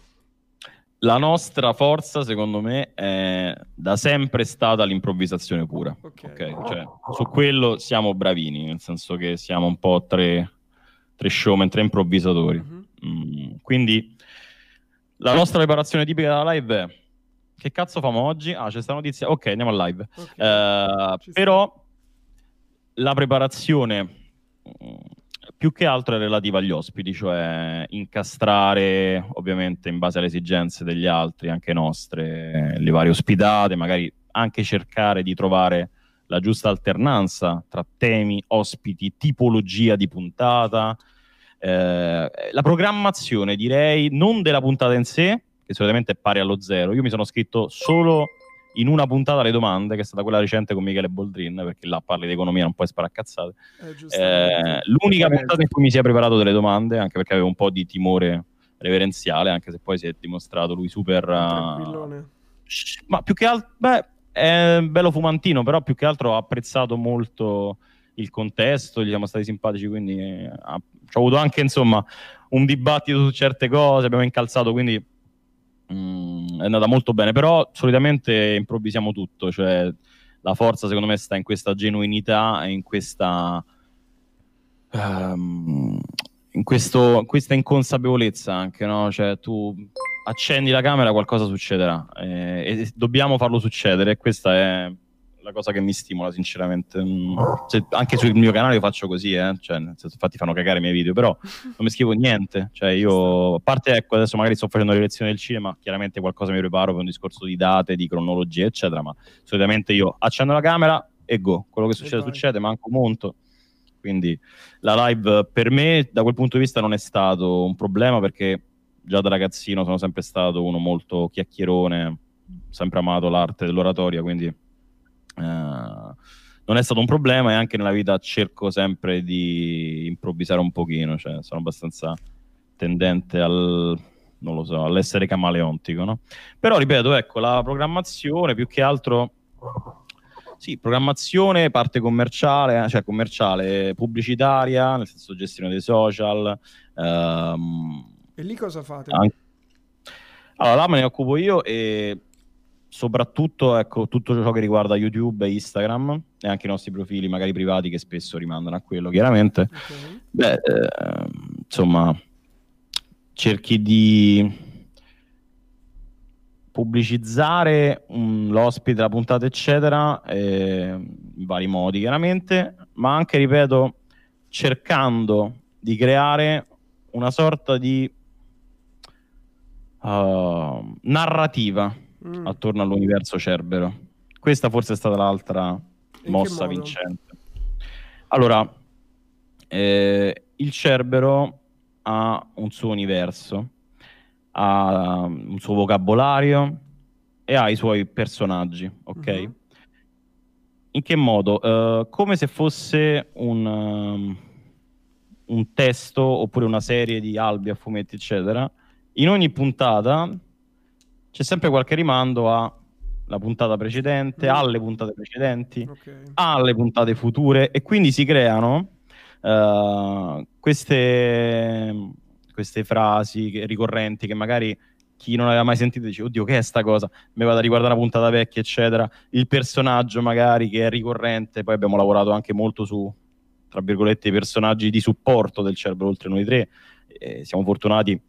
la nostra forza, secondo me, è da sempre stata l'improvvisazione pura. Okay. Okay? Cioè, su quello siamo bravini, nel senso che siamo un po' tre... tre showman, tre improvvisatori. Uh-huh. Mm, quindi la nostra preparazione tipica della live è: che cazzo famo oggi? Ah, c'è sta notizia, ok, andiamo al live. Okay. Uh, però la preparazione mh, più che altro è relativa agli ospiti, cioè incastrare ovviamente in base alle esigenze degli altri, anche nostre, le varie ospitate, magari anche cercare di trovare la giusta alternanza tra temi, ospiti, tipologia di puntata, eh, la programmazione, direi, non della puntata in sé, che solitamente è pari allo zero. Io mi sono scritto solo in una puntata le domande, che è stata quella recente con Michele Boldrin, perché là parli di economia, non puoi sparare a cazzate. Eh, eh, l'unica puntata in cui mi si è preparato delle domande, anche perché avevo un po' di timore reverenziale, anche se poi si è dimostrato lui super... Tranquillone. Uh, ma più che altro... Beh, è bello fumantino, però più che altro ho apprezzato molto il contesto, gli siamo stati simpatici, quindi eh, ha, ci ho avuto anche insomma un dibattito su certe cose, abbiamo incalzato, quindi mh, è andata molto bene. Però solitamente improvvisiamo tutto, cioè la forza secondo me sta in questa genuinità e in questa um, in questo, questa inconsapevolezza anche, no? Cioè tu accendi la camera, qualcosa succederà, eh, e dobbiamo farlo succedere. Questa è la cosa che mi stimola sinceramente. Cioè, anche sul mio canale io faccio così, eh? Cioè, infatti fanno cagare i miei video, però non mi scrivo niente, cioè io, a parte ecco adesso magari sto facendo le lezioni del cinema, chiaramente qualcosa mi preparo per un discorso di date, di cronologie eccetera, ma solitamente io accendo la camera e go, quello che succede succede, manco monto. Quindi la live per me da quel punto di vista non è stato un problema, perché già da ragazzino sono sempre stato uno molto chiacchierone, sempre amato l'arte dell'oratoria, quindi Uh, non è stato un problema, e anche nella vita cerco sempre di improvvisare un pochino, cioè sono abbastanza tendente al, non lo so, all'essere camaleontico, no? Però ripeto, ecco, la programmazione più che altro, sì, programmazione, parte commerciale, cioè commerciale, pubblicitaria, nel senso gestione dei social. Um, e lì cosa fate? Anche... Allora, là me ne occupo io, e soprattutto ecco tutto ciò che riguarda YouTube e Instagram, e anche i nostri profili magari privati che spesso rimandano a quello, chiaramente. Okay. Beh, eh, insomma, cerchi di pubblicizzare um, l'ospite, la puntata eccetera, eh, in vari modi chiaramente, ma anche, ripeto, cercando di creare una sorta di uh, narrativa Mm. attorno all'universo Cerbero. Questa forse è stata l'altra mossa vincente. Allora, eh, il Cerbero ha un suo universo, ha un suo vocabolario e ha i suoi personaggi, ok? Uh-huh. In che modo? Uh, come se fosse un, um, un testo oppure una serie di albi a fumetti, eccetera. In ogni puntata c'è sempre qualche rimando alla puntata precedente, mm. alle puntate precedenti, okay. alle puntate future, e quindi si creano uh, queste, queste frasi che, ricorrenti, che magari chi non aveva mai sentito dice oddio che è sta cosa, mi vado a riguardare una puntata vecchia eccetera, il personaggio magari che è ricorrente. Poi abbiamo lavorato anche molto su, tra virgolette, i personaggi di supporto del Cerbero, oltre noi tre, e siamo fortunati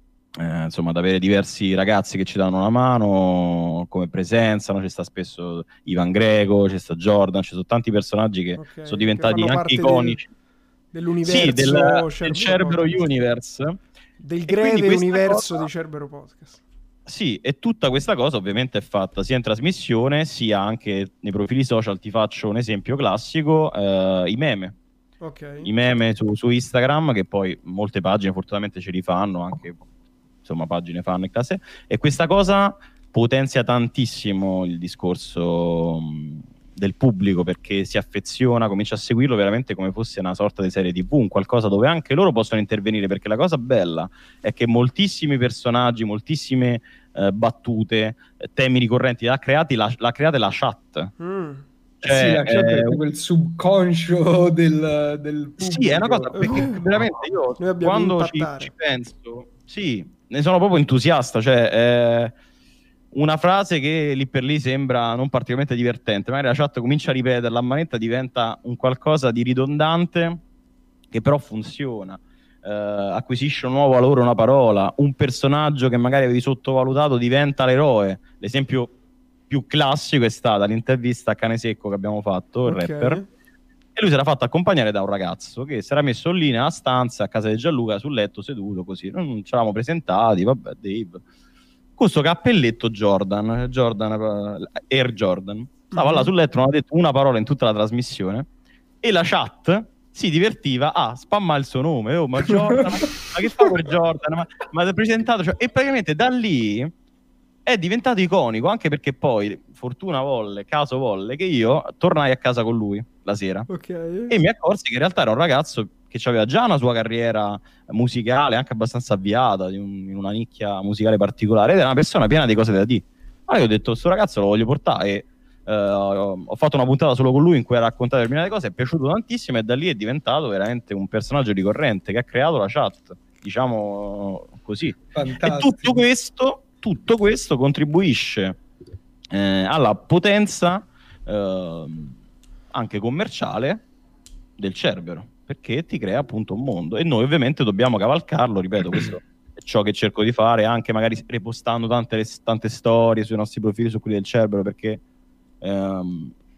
Eh, insomma ad avere diversi ragazzi che ci danno una mano come presenza, no? Ci sta spesso Ivan Greco, ci sta Jordan, ci sono tanti personaggi che okay, sono diventati che anche iconici del, dell'universo, sì, del, Cerbero, del Cerbero Universe, del greve universo cosa, di Cerbero Podcast. Sì, e tutta questa cosa ovviamente è fatta sia in trasmissione sia anche nei profili social. Ti faccio un esempio classico, eh, i meme. Okay. I meme su, su Instagram, che poi molte pagine fortunatamente ce li fanno, anche insomma pagine fan e case, e questa cosa potenzia tantissimo il discorso mh, del pubblico, perché si affeziona, comincia a seguirlo veramente come fosse una sorta di serie tv, un qualcosa dove anche loro possono intervenire, perché la cosa bella è che moltissimi personaggi, moltissime eh, battute, temi ricorrenti l'ha creati la, l'ha create la chat. Mm. Cioè, sì, la chat è quel subconscio del, del pubblico. Sì, è una cosa perché veramente io quando ci, ci penso, sì, ne sono proprio entusiasta, cioè eh, una frase che lì per lì sembra non particolarmente divertente, magari la chat comincia a ripeterla a manetta, diventa un qualcosa di ridondante che però funziona, eh, acquisisce un nuovo valore una parola, un personaggio che magari avevi sottovalutato diventa l'eroe. L'esempio più classico è stata l'intervista a Cane Secco che abbiamo fatto, il okay. rapper, e lui si era fatto accompagnare da un ragazzo che si era messo lì nella stanza a casa di Gianluca sul letto seduto così, non ci eravamo presentati, vabbè, Dave, questo cappelletto Jordan Jordan Air Jordan stava mm-hmm. là sul letto, non ha detto una parola in tutta la trasmissione, e la chat si divertiva a spammare il suo nome. Oh, ma Jordan, ma che fa quel Jordan, ma, ma è presentato, cioè, e praticamente da lì è diventato iconico, anche perché poi fortuna volle, caso volle che io tornai a casa con lui la sera, okay. e mi accorsi che in realtà era un ragazzo che aveva già una sua carriera musicale anche abbastanza avviata, in, un, in una nicchia musicale particolare, ed era una persona piena di cose da dire. Allora io ho detto sto ragazzo lo voglio portare, e uh, ho fatto una puntata solo con lui in cui ha raccontato determinate cose, è piaciuto tantissimo, e da lì è diventato veramente un personaggio ricorrente che ha creato la chat, diciamo così. Fantastico. E tutto questo tutto questo contribuisce eh, alla potenza eh, anche commerciale del Cerbero, perché ti crea appunto un mondo, e noi ovviamente dobbiamo cavalcarlo, ripeto, questo è ciò che cerco di fare, anche magari repostando tante, tante storie sui nostri profili, su quelli del Cerbero, perché ehm,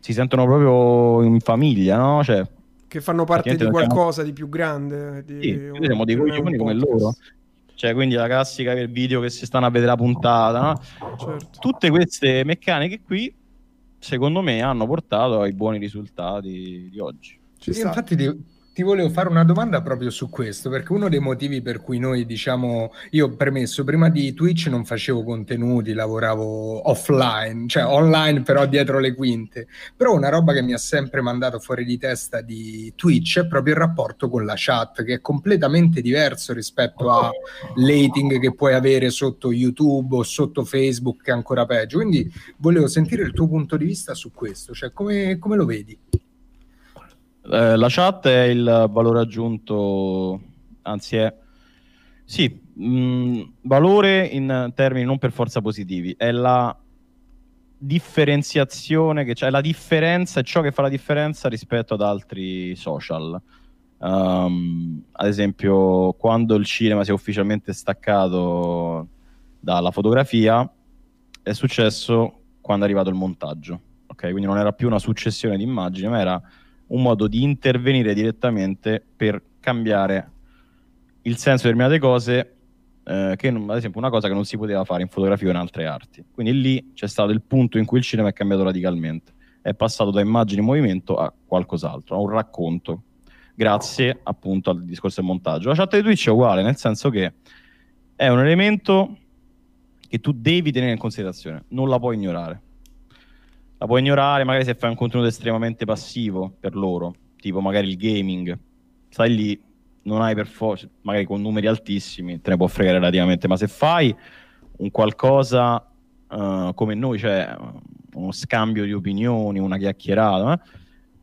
si sentono proprio in famiglia, no? Cioè, che fanno parte di qualcosa siamo... di più grande. Di... Sì, noi siamo dei coglioni come loro. Cioè, quindi la classica del video che si stanno a vedere la puntata, no? Certo. Tutte queste meccaniche qui, secondo me, hanno portato ai buoni risultati di oggi. Ci sta. Infatti ti, ti volevo fare una domanda proprio su questo, perché uno dei motivi per cui noi, diciamo, io premesso, prima di Twitch non facevo contenuti, lavoravo offline, cioè online però dietro le quinte, però una roba che mi ha sempre mandato fuori di testa di Twitch è proprio il rapporto con la chat, che è completamente diverso rispetto all'hating che puoi avere sotto YouTube o sotto Facebook, che è ancora peggio. Quindi volevo sentire il tuo punto di vista su questo, cioè come, come lo vedi? Eh, la chat è il valore aggiunto, anzi è sì, mh, valore in termini non per forza positivi, è la differenziazione che c'è, la differenza, è ciò che fa la differenza rispetto ad altri social. Um, ad esempio, quando il cinema si è ufficialmente staccato dalla fotografia, è successo quando è arrivato il montaggio, ok? Quindi non era più una successione di immagini, ma era un modo di intervenire direttamente per cambiare il senso di determinate cose, eh, che ad esempio una cosa che non si poteva fare in fotografia o in altre arti. Quindi lì c'è stato il punto in cui il cinema è cambiato radicalmente, è passato da immagini in movimento a qualcos'altro, a un racconto, grazie appunto al discorso del montaggio. La chat di Twitch è uguale, nel senso che è un elemento che tu devi tenere in considerazione, non la puoi ignorare. La puoi ignorare magari se fai un contenuto estremamente passivo per loro, tipo magari il gaming, stai lì, non hai per forza, magari con numeri altissimi, te ne può fregare relativamente, ma se fai un qualcosa uh, come noi, cioè uno scambio di opinioni, una chiacchierata, eh,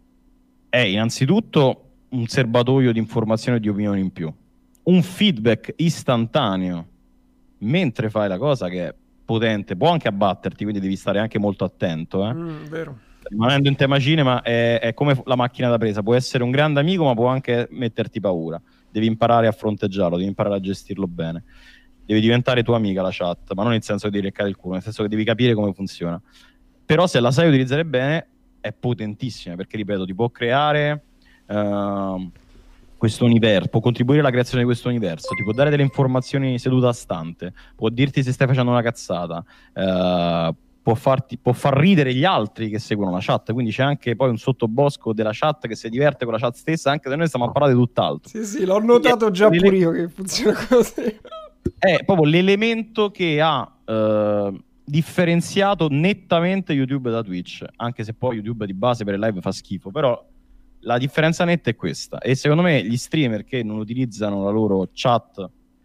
è innanzitutto un serbatoio di informazioni e di opinioni in più, un feedback istantaneo mentre fai la cosa che è potente, può anche abbatterti, quindi devi stare anche molto attento, eh? Mm, vero. Rimanendo in tema cinema è, è come la macchina da presa, può essere un grande amico ma può anche metterti paura, devi imparare a fronteggiarlo, devi imparare a gestirlo bene, devi diventare tua amica la chat, ma non nel senso che devi leccare il culo, nel senso che devi capire come funziona, però se la sai utilizzare bene è potentissima, perché ripeto, ti può creare uh, questo universo, può contribuire alla creazione di questo universo, ti può dare delle informazioni seduta a stante, può dirti se stai facendo una cazzata, uh, può, farti, può far ridere gli altri che seguono la chat, quindi c'è anche poi un sottobosco della chat che si diverte con la chat stessa, anche se noi stiamo a parlare di tutt'altro. Sì, sì, l'ho notato già pure io che funziona così. È proprio l'elemento che ha uh, differenziato nettamente YouTube da Twitch, anche se poi YouTube di base per il live fa schifo, però la differenza netta è questa, e secondo me gli streamer che non utilizzano la loro chat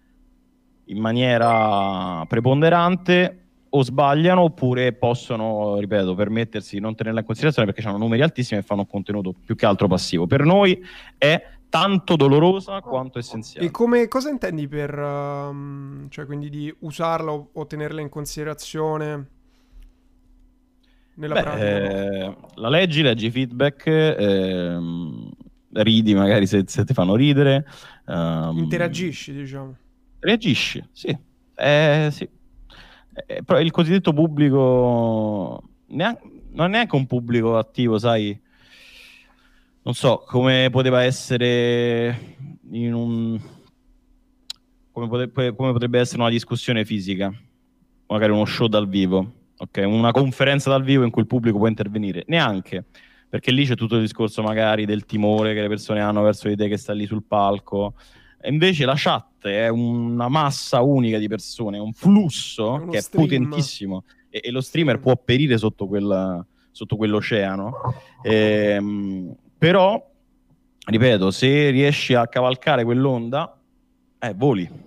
in maniera preponderante o sbagliano oppure possono, ripeto, permettersi di non tenerla in considerazione perché hanno numeri altissimi e fanno un contenuto più che altro passivo. Per noi è tanto dolorosa quanto essenziale. E come, cosa intendi per, um, cioè quindi di usarla o, o tenerla in considerazione? Nella Beh, pratica, eh, no? La leggi, leggi feedback, ehm, ridi magari se, se ti fanno ridere. Um, Interagisci, diciamo. Reagisci, sì. Eh, sì. Eh, però il cosiddetto pubblico neanche, non è neanche un pubblico attivo, sai, non so, come poteva essere in un... come, pote, come potrebbe essere una discussione fisica, magari uno show dal vivo. Ok, una conferenza dal vivo in cui il pubblico può intervenire, neanche, perché lì c'è tutto il discorso magari del timore che le persone hanno verso di te che sta lì sul palco, e invece la chat è una massa unica di persone, un flusso è che stream. È potentissimo, e, e lo streamer sì. può perire sotto, quel, sotto quell'oceano, ehm, però, ripeto, se riesci a cavalcare quell'onda, eh, voli.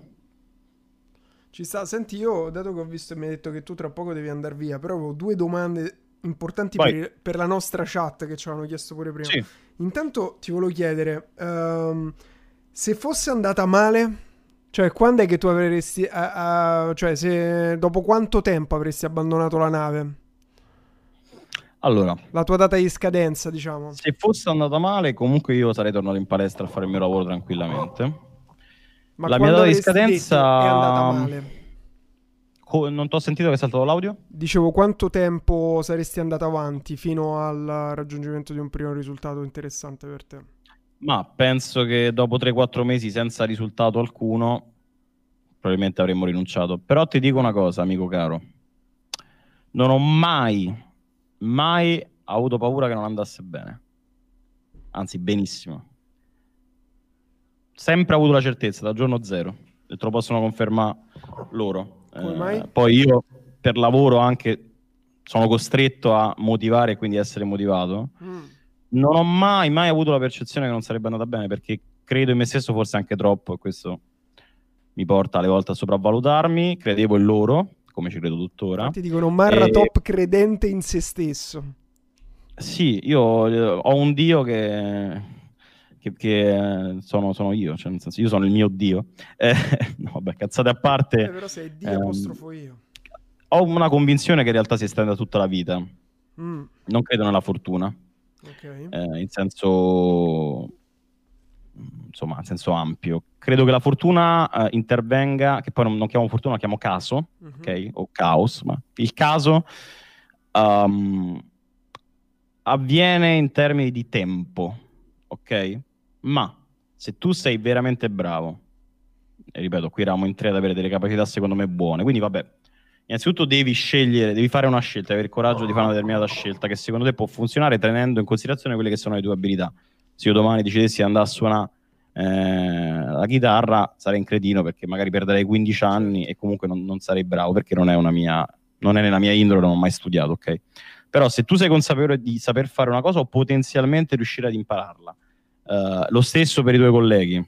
Ci sta, senti, io dato che ho visto e mi hai detto che tu tra poco devi andare via, però avevo due domande importanti per, per la nostra chat che ci avevano chiesto pure prima. Sì. Intanto ti volevo chiedere, um, se fosse andata male, cioè quando è che tu avresti, uh, uh, cioè se dopo quanto tempo avresti abbandonato la nave? Allora, la tua data di scadenza, diciamo. Se fosse andata male, comunque io sarei tornato in palestra a fare il mio lavoro tranquillamente. Ma la mia data di scadenza è andata male? Co- non ti ho sentito che è saltato l'audio? Dicevo, quanto tempo saresti andato avanti fino al raggiungimento di un primo risultato interessante per te? Ma penso che dopo tre quattro mesi senza risultato alcuno probabilmente avremmo rinunciato. Però ti dico una cosa, amico caro. Non ho mai, mai avuto paura che non andasse bene. Anzi, benissimo. Sempre avuto la certezza, dal giorno zero. E te lo possono confermare loro. Come Eh, mai? poi io, per lavoro, anche sono costretto a motivare e quindi essere motivato. Mm. Non ho mai, mai avuto la percezione che non sarebbe andata bene, perché credo in me stesso forse anche troppo, e questo mi porta alle volte a sopravvalutarmi. Credevo in loro, come ci credo tuttora. Infatti dicono Marra E- top credente in se stesso. Sì, io eh, ho un Dio che, che, che, eh, sono, sono io, cioè nel senso io sono il mio Dio. Eh, no, vabbè, cazzate a parte. Eh, però sei Dio ehm, apostrofo io. ho una convinzione che in realtà si estenda tutta la vita. Mm, Non credo nella fortuna, ok. eh, in senso, insomma, in senso ampio. Credo che la fortuna eh, intervenga, che poi non, non chiamo fortuna, la chiamo caso, Mhm. ok? O caos, ma il caso um, avviene in termini di tempo, ok? Ma se tu sei veramente bravo, e ripeto, qui eravamo in tre ad avere delle capacità secondo me buone, quindi vabbè, innanzitutto devi scegliere, devi fare una scelta, avere il coraggio di fare una determinata scelta che secondo te può funzionare tenendo in considerazione quelle che sono le tue abilità. Se io domani decidessi di andare a suonare eh, la chitarra, sarei un cretino perché magari perderei quindici anni e comunque non, non sarei bravo perché non è una mia, non è nella mia indole, non ho mai studiato, ok? Però se tu sei consapevole di saper fare una cosa o potenzialmente riuscire ad impararla, uh, lo stesso per i tuoi colleghi,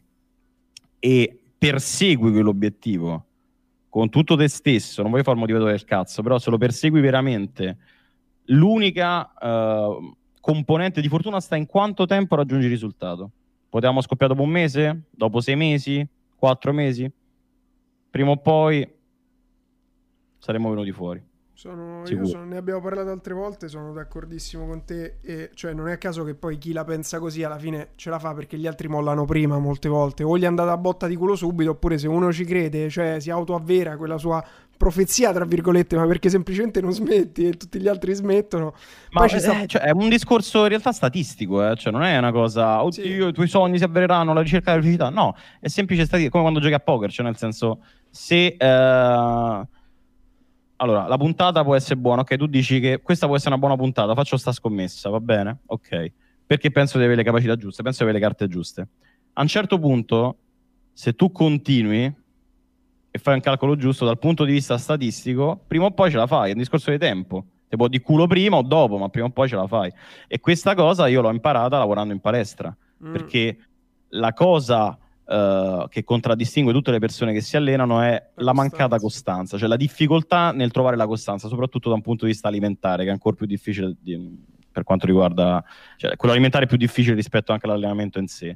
e persegui quell'obiettivo con tutto te stesso, non voglio fare il motivatore del cazzo, però se lo persegui veramente, l'unica uh, componente di fortuna sta in quanto tempo raggiungi il risultato. Potevamo scoppiare dopo un mese, dopo sei mesi, quattro mesi, prima o poi saremmo venuti fuori. Sono, io Sicuro. sono, ne abbiamo parlato altre volte, sono d'accordissimo con te, e cioè non è a caso che poi chi la pensa così alla fine ce la fa perché gli altri mollano prima molte volte, o gli è andata a botta di culo subito, oppure se uno ci crede, cioè si autoavvera quella sua profezia tra virgolette, ma perché semplicemente non smetti e tutti gli altri smettono. Ma Poi ci eh, sta... cioè, è un discorso in realtà statistico, eh? Cioè non è una cosa, oddio, Sì. i tuoi sogni si avvereranno, la ricerca della felicità. No, è semplice statistica, come quando giochi a poker, cioè nel senso, se... Eh... Allora, la puntata può essere buona, ok? Tu dici che questa può essere una buona puntata, faccio sta scommessa, va bene? Ok. Perché penso di avere le capacità giuste, penso di avere le carte giuste. A un certo punto, se tu continui e fai un calcolo giusto dal punto di vista statistico, prima o poi ce la fai, è un discorso di tempo. Te può di culo prima o dopo, ma prima o poi ce la fai. E questa cosa io l'ho imparata lavorando in palestra, Mm. perché la cosa uh, che contraddistingue tutte le persone che si allenano è La la mancata costanza. costanza, cioè la difficoltà nel trovare la costanza, soprattutto da un punto di vista alimentare, che è ancora più difficile di, per quanto riguarda... Cioè, quello alimentare è più difficile rispetto anche all'allenamento in sé.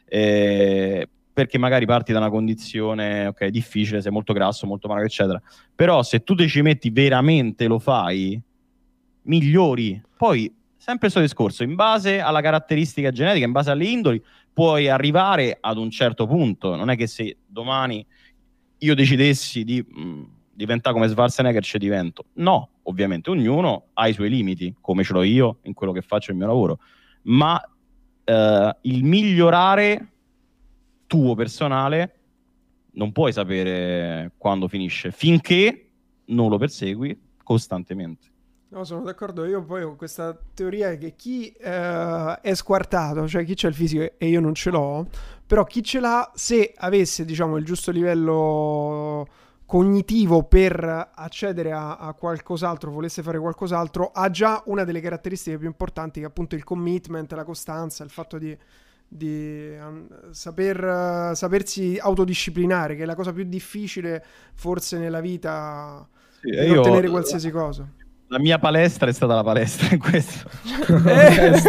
Eh, perché magari parti da una condizione ok, difficile, sei molto grasso, molto magro, eccetera. Però se tu te ci metti veramente, lo fai, migliori. Poi, sempre il suo discorso, in base alla caratteristica genetica, in base alle indoli, puoi arrivare ad un certo punto. Non è che se domani io decidessi di mh, diventare come Schwarzenegger ci divento. No, ovviamente ognuno ha i suoi limiti, come ce l'ho io in quello che faccio il mio lavoro. Ma eh, il migliorare tuo personale non puoi sapere quando finisce finché non lo persegui costantemente. No, sono d'accordo. Io poi ho questa teoria che chi eh, è squartato, cioè chi c'ha il fisico e io non ce l'ho, però chi ce l'ha, se avesse, diciamo, il giusto livello cognitivo per accedere a, a qualcos'altro, volesse fare qualcos'altro, ha già una delle caratteristiche più importanti, che è appunto il commitment, la costanza, il fatto di, di um, saper, uh, sapersi autodisciplinare, che è la cosa più difficile forse nella vita, Sì, per io- ottenere qualsiasi cosa. La mia palestra è stata la palestra in questo. Eh,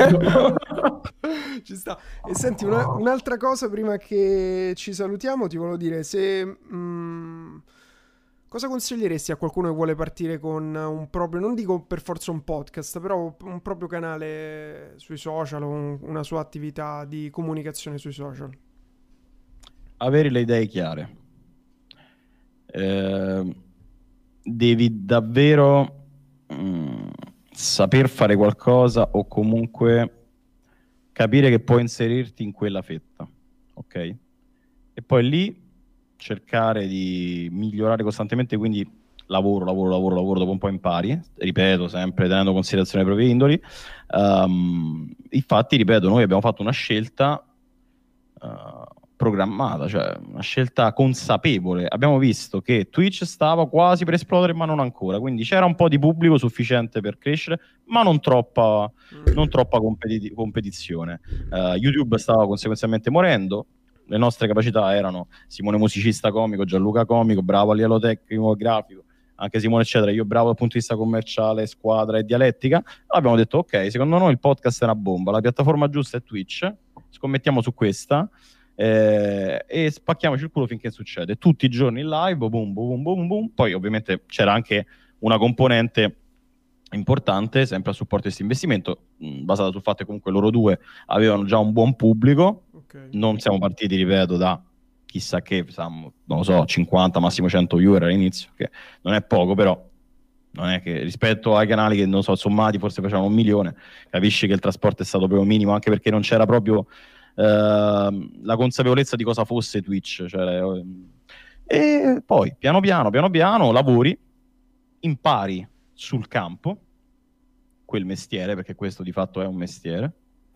ci sta. E senti, una- un'altra cosa prima che ci salutiamo, ti volevo dire, se mh, cosa consiglieresti a qualcuno che vuole partire con un proprio, non dico per forza un podcast, però un proprio canale sui social, un- una sua attività di comunicazione sui social? Avere le idee chiare. Eh, devi davvero mh, saper fare qualcosa o comunque capire che puoi inserirti in quella fetta, ok? E poi lì cercare di migliorare costantemente, quindi lavoro, lavoro, lavoro, lavoro, dopo un po' impari, ripeto, sempre tenendo in considerazione le proprie indoli. Um, infatti, ripeto, noi abbiamo fatto una scelta uh, programmata, cioè una scelta consapevole. Abbiamo visto che Twitch stava quasi per esplodere, ma non ancora, quindi c'era un po' di pubblico sufficiente per crescere, ma non troppa, non troppa competi- competizione. Uh, YouTube stava conseguenzialmente morendo. Le nostre capacità erano Simone musicista comico, Gianluca comico, bravo a livello tecnico, grafico, anche Simone eccetera, io bravo dal punto di vista commerciale, squadra e dialettica. Allora abbiamo detto ok, secondo noi il podcast è una bomba, la piattaforma giusta è Twitch, scommettiamo su questa eh, e spacchiamoci il culo finché succede, tutti i giorni in live, boom, boom, boom, boom. Poi ovviamente c'era anche una componente importante, sempre a supporto di questo investimento, mh, basata sul fatto che comunque loro due avevano già un buon pubblico. Okay. Non siamo partiti, ripeto, da chissà che, non lo so, cinquanta, massimo cento viewer all'inizio, che non è poco, però non è che rispetto ai canali che, non so, sommati forse facevano un milione, capisci che il trasporto è stato proprio minimo, anche perché non c'era proprio eh, la consapevolezza di cosa fosse Twitch. Cioè, e poi, piano piano, piano piano, lavori, impari sul campo quel mestiere, perché questo di fatto è un mestiere,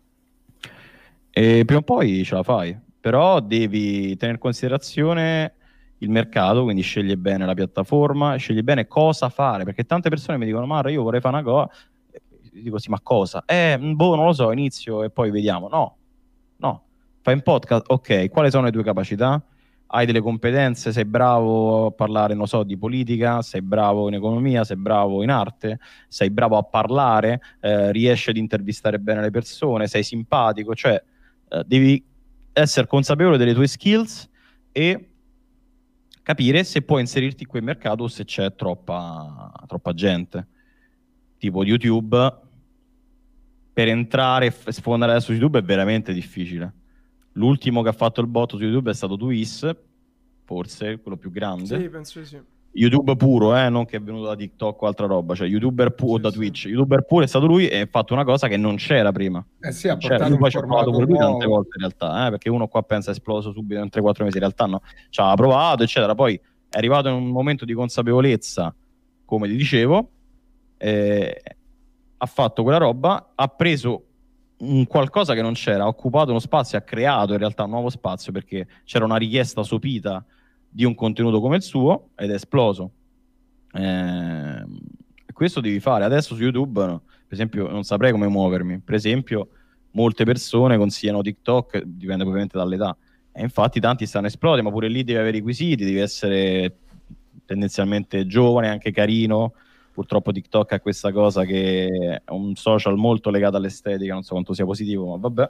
e prima o poi ce la fai, però devi tenere in considerazione il mercato, quindi scegli bene la piattaforma, scegli bene cosa fare, perché tante persone mi dicono Mara, io vorrei fare una cosa, dico sì, ma cosa? Eh, boh, non lo so, inizio e poi vediamo. No, no, fai un podcast, ok, quali sono le tue capacità? Hai delle competenze, sei bravo a parlare, non so, di politica, sei bravo in economia, sei bravo in arte, sei bravo a parlare, eh, riesci ad intervistare bene le persone, sei simpatico, cioè eh, devi essere consapevole delle tue skills e capire se puoi inserirti in quel mercato o se c'è troppa, troppa gente. Tipo YouTube, per entrare e sfondare adesso su YouTube è veramente difficile. L'ultimo che ha fatto il botto su YouTube è stato Twis, forse quello più grande. Sì, penso di sì. YouTube puro, eh, non che è venuto da TikTok o altra roba, cioè YouTuber puro, sì, da Twitch. Sì. YouTuber puro è stato lui e ha fatto una cosa che non c'era prima. Eh sì, ha portato io un poi ci ho provato pure lui tante nuovo. volte in realtà, eh, perché uno qua pensa è esploso subito in tre quattro mesi, in realtà no. Ci ha provato, eccetera. Poi è arrivato in un momento di consapevolezza, come ti dicevo, eh, ha fatto quella roba, ha preso un qualcosa che non c'era, ha occupato uno spazio, ha creato in realtà un nuovo spazio perché c'era una richiesta sopita di un contenuto come il suo ed è esploso. Eh, questo devi fare. Adesso su YouTube, no, per esempio, non saprei come muovermi. Per esempio, molte persone consigliano TikTok, dipende ovviamente dall'età, e infatti tanti stanno esplodendo, ma pure lì devi avere i requisiti, devi essere tendenzialmente giovane, anche carino. Purtroppo TikTok ha questa cosa che è un social molto legato all'estetica, non so quanto sia positivo, ma vabbè.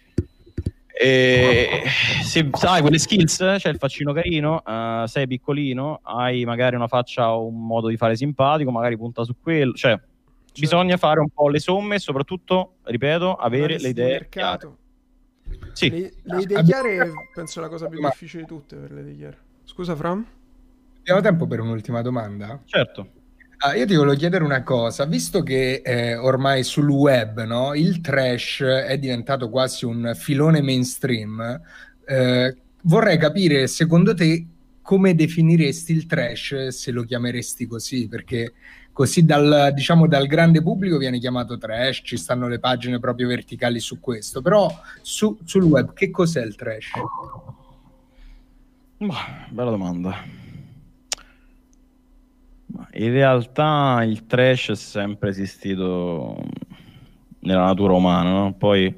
E se hai quelle skills, c'è il faccino carino, uh, sei piccolino, hai magari una faccia o un modo di fare simpatico, magari punta su quello, cioè certo. Bisogna fare un po' le somme e soprattutto, ripeto, avere le idee mercato. Sì. Le, le idee chiare penso la cosa più difficile di tutte per le idee chiare. Scusa Fran? Abbiamo tempo per un'ultima domanda? Certo. Ah, io ti volevo chiedere una cosa, visto che eh, ormai sul web, no, il trash è diventato quasi un filone mainstream, eh, vorrei capire secondo te come definiresti il trash se lo chiameresti così, perché così dal, diciamo, dal grande pubblico viene chiamato trash, ci stanno le pagine proprio verticali su questo, però su, sul web che cos'è il trash? Bah, bella domanda. In realtà il trash è sempre esistito nella natura umana, no? Poi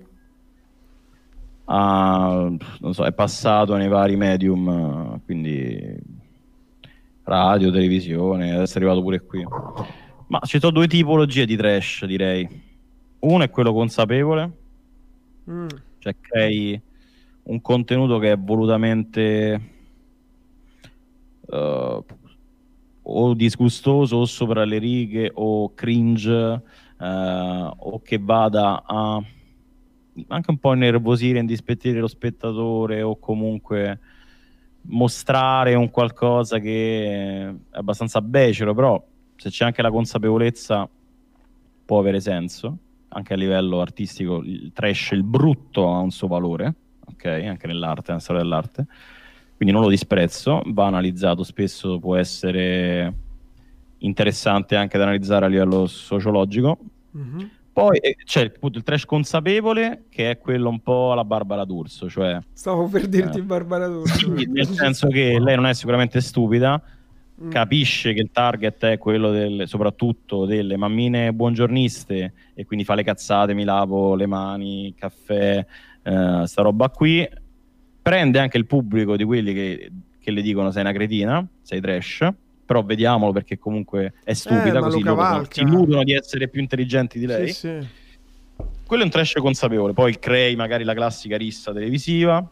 ha, non so, è passato nei vari medium, quindi radio, televisione, adesso è arrivato pure qui. Ma ci sono due tipologie di trash, direi. Uno è quello consapevole, mm. cioè crei un contenuto che è volutamente uh, o disgustoso o sopra le righe o cringe uh, o che vada a anche un po' innervosire, indispettire lo spettatore o comunque mostrare un qualcosa che è abbastanza becero, però se c'è anche la consapevolezza può avere senso, anche a livello artistico. Il trash, il brutto, ha un suo valore, ok? Anche nell'arte, nella storia dell'arte, quindi non lo disprezzo, va analizzato, spesso può essere interessante anche da analizzare a livello sociologico. Mm-hmm. Poi c'è appunto il trash consapevole, che è quello un po' alla Barbara D'Urso, cioè stavo per dirti eh, Barbara D'Urso, sì, nel senso che lei non è sicuramente stupida, mm. capisce che il target è quello del, soprattutto delle mammine buongiorniste, e quindi fa le cazzate, mi lavo le mani, caffè, eh, sta roba qui. Prende anche il pubblico di quelli che, che le dicono sei una cretina, sei trash, però vediamolo perché comunque è stupida, eh, così loro si illudono di essere più intelligenti di lei. Sì, sì. Quello è un trash consapevole. Poi crei magari la classica rissa televisiva,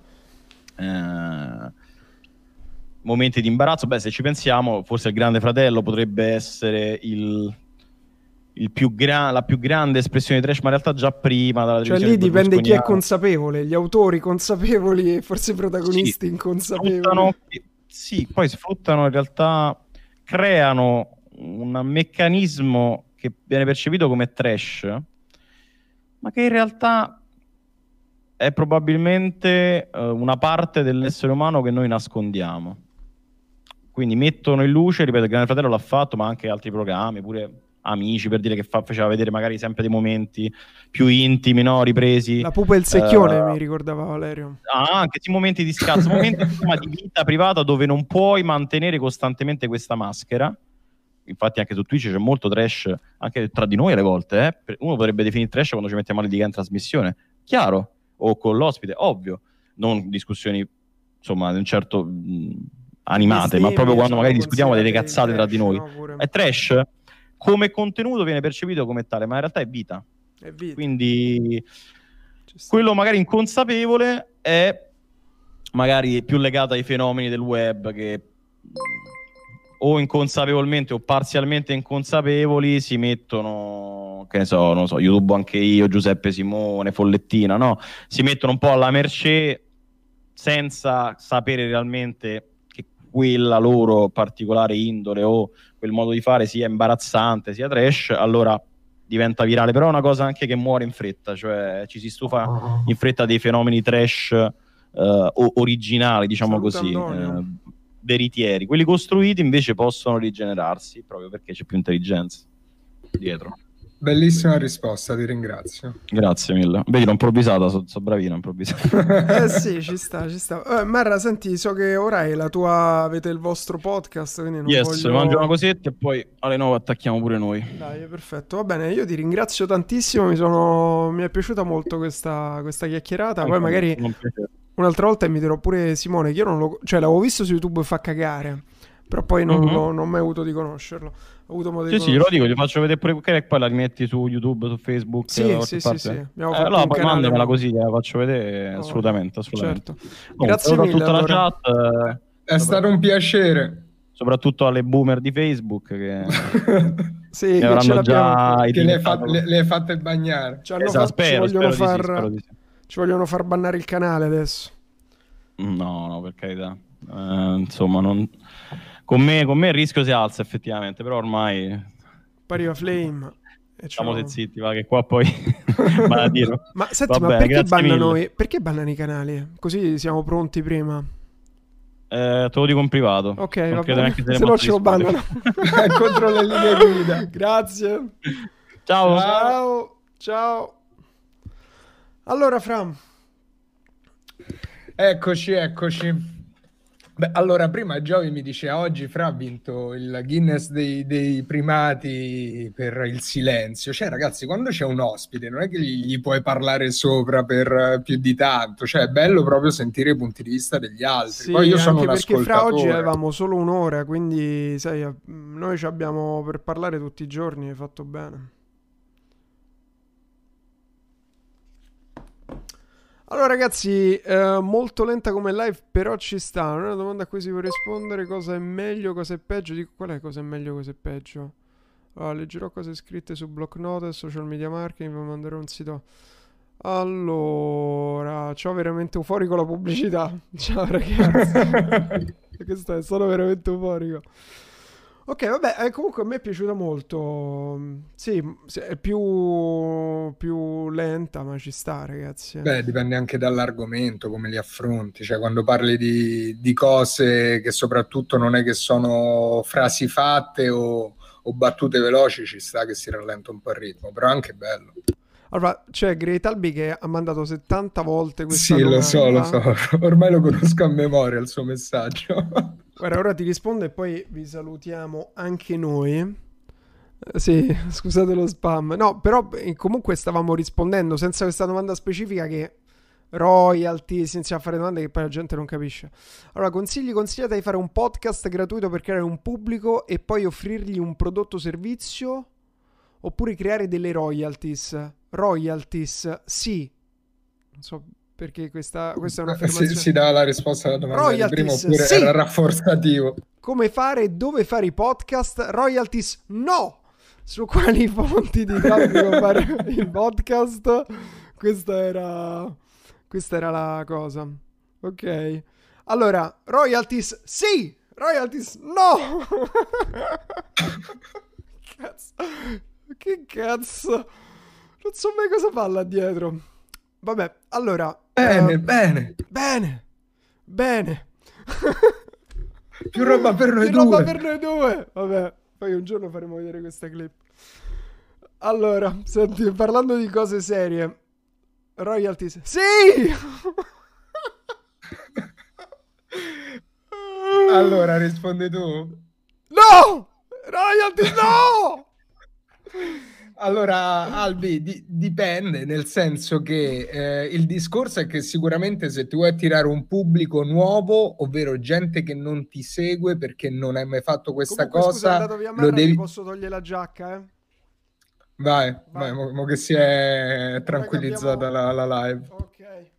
eh, momenti di imbarazzo. Beh, se ci pensiamo, forse il Grande Fratello potrebbe essere il, il più gra- la più grande espressione di trash, ma in realtà già prima dalla cioè lì dipende chi è consapevole, gli autori consapevoli e forse i protagonisti sì, inconsapevoli. Sfruttano, sì, poi sfruttano in realtà, creano un meccanismo che viene percepito come trash, ma che in realtà è probabilmente uh, una parte dell'essere umano che noi nascondiamo. Quindi mettono in luce, ripeto, il Grande Fratello l'ha fatto, ma anche altri programmi, pure Amici, per dire, che fa, faceva vedere magari sempre dei momenti più intimi, no? Ripresi. La pupa e il secchione, uh, mi ricordava Valerio. Ah, anche sì, momenti di scazzo, momenti insomma, di vita privata dove non puoi mantenere costantemente questa maschera. Infatti anche su Twitch c'è molto trash, anche tra di noi alle volte. Eh? Uno potrebbe definire trash quando ci mettiamo a litigare in trasmissione, chiaro, o con l'ospite, ovvio. Non discussioni, insomma, di un certo mh, animate, stimi, ma proprio quando magari discutiamo delle cazzate trash, tra di noi. No, è trash. Come contenuto viene percepito come tale, ma in realtà è vita. È vita. Quindi quello magari inconsapevole è magari più legato ai fenomeni del web, che o inconsapevolmente o parzialmente inconsapevoli si mettono, che ne so, non so, YouTube anche io, Giuseppe Simone, Follettina, no? Si mettono un po' alla mercé senza sapere realmente che quella loro particolare indole o quel modo di fare sia imbarazzante, sia trash, allora diventa virale. Però è una cosa anche che muore in fretta, cioè ci si stufa in fretta dei fenomeni trash eh, originali, diciamo così, eh, veritieri. Quelli costruiti invece possono rigenerarsi proprio perché c'è più intelligenza dietro. Bellissima risposta, ti ringrazio. Grazie mille. Vedi, l'ho improvvisata, sono so bravino a improvvisare. Eh sì, ci sta, ci sta. Eh, Marra, senti, so che ora è la tua, avete il vostro podcast, quindi non yes, voglio... mangio una cosetta e poi alle nove attacchiamo pure noi. Dai, perfetto. Va bene, io ti ringrazio tantissimo, mi sono mi è piaciuta molto questa, questa chiacchierata. Anche poi magari un'altra volta inviterò pure Simone, che io non lo... cioè l'avevo visto su YouTube, fa cagare, però poi non, mm-hmm. ho, non ho mai avuto di conoscerlo. Ho avuto modo di sì, sì, glielo dico, gli faccio vedere pure che poi la rimetti su YouTube, su Facebook. Sì, sì, sì, sì. Eh, allora poi mandamela così, la faccio vedere. Oh, assolutamente, assolutamente. Certo. Oh, grazie mille. Tutta allora. la chat. Eh, è stato un piacere. Soprattutto alle boomer di Facebook che, sì, che avranno già che le, fa, le, le hai fatte bagnare. Ci, esatto, fa, spero, ci, vogliono far, sì, sì. ci vogliono far bannare il canale adesso. No, no, per carità. Eh, insomma, non... Con me, con me il rischio si alza effettivamente, però ormai pariva Flame e stiamo zitti, va che qua poi va a dire. Ma senti, vabbè, ma perché bannano, perché bannano i canali? Così siamo pronti prima. Eh, te lo dico in privato. Ok, va bene. Se, se no ce lo bannano. Contro le linee guida. Grazie. Ciao. Ciao. Ciao. Allora, Fra. Eccoci, eccoci. Beh, allora, prima Giovi mi diceva oggi Fra ha vinto il Guinness dei, dei primati per il silenzio. Cioè, ragazzi, quando c'è un ospite non è che gli, gli puoi parlare sopra per più di tanto. Cioè, è bello proprio sentire i punti di vista degli altri. Sì, poi io sono un perché ascoltatore. Fra oggi avevamo solo un'ora, quindi sai, noi ci abbiamo per parlare tutti i giorni, hai fatto bene. Allora ragazzi, eh, molto lenta come live, però ci sta. Una domanda a cui si può rispondere: cosa è meglio, cosa è peggio? Dico, qual è cosa è meglio, cosa è peggio? Allora, leggerò cose scritte su Block Notes, social media marketing, vi manderò un sito. Allora, ciao, veramente euforico la pubblicità. Ciao ragazzi. Questo è solo veramente euforico. Ok, vabbè, eh, comunque a me è piaciuta molto. Sì, sì, è più, più lenta, ma ci sta, ragazzi. Beh, dipende anche dall'argomento, come li affronti. Cioè, quando parli di, di cose che soprattutto non è che sono frasi fatte o, o battute veloci, ci sta che si rallenta un po' il ritmo, però è anche bello. Allora, c'è Grey Talby che ha mandato settanta volte questa Sì, domanda. lo so, lo so. Ormai lo conosco a memoria il suo messaggio. Guarda, ora ti rispondo e poi vi salutiamo anche noi. Eh, Sì, scusate lo spam. No, però eh, comunque stavamo rispondendo senza questa domanda specifica che royalty, si inizia a fare domande che poi la gente non capisce. Allora, consigli consigliate di fare un podcast gratuito per creare un pubblico e poi offrirgli un prodotto o servizio oppure creare delle royalties? Royalties, sì. Non so perché questa, questa è Si, un'affermazione. si dà la risposta alla domanda di prima Royalties, oppure sì! era rafforzativo? Come fare e dove fare i podcast? Royalties, no! Su quali fonti di traffico fare il podcast? Questa era, questa era la cosa. Ok. Allora, royalties, sì! Royalties, no! Cazzo. Che cazzo? Non so mai cosa fa là dietro. Vabbè, allora. Bene, eh, bene. Bene. Bene. Più roba per noi Più due. roba per noi due. Vabbè, poi un giorno faremo vedere questa clip. Allora, senti, parlando di cose serie. Royalties. Sì! Allora, rispondi tu. No! Royalties, no! Allora, Albi, di- dipende, nel senso che eh, il discorso è che sicuramente se tu vuoi attirare un pubblico nuovo, ovvero gente che non ti segue perché non hai mai fatto questa Comunque, scusa, è cosa, andato via lo Marra, devi... ti posso togliere la giacca, eh? Vai, Vai. vai, mo, mo che si è Ora tranquillizzata cambiamo- la, la live. Ok.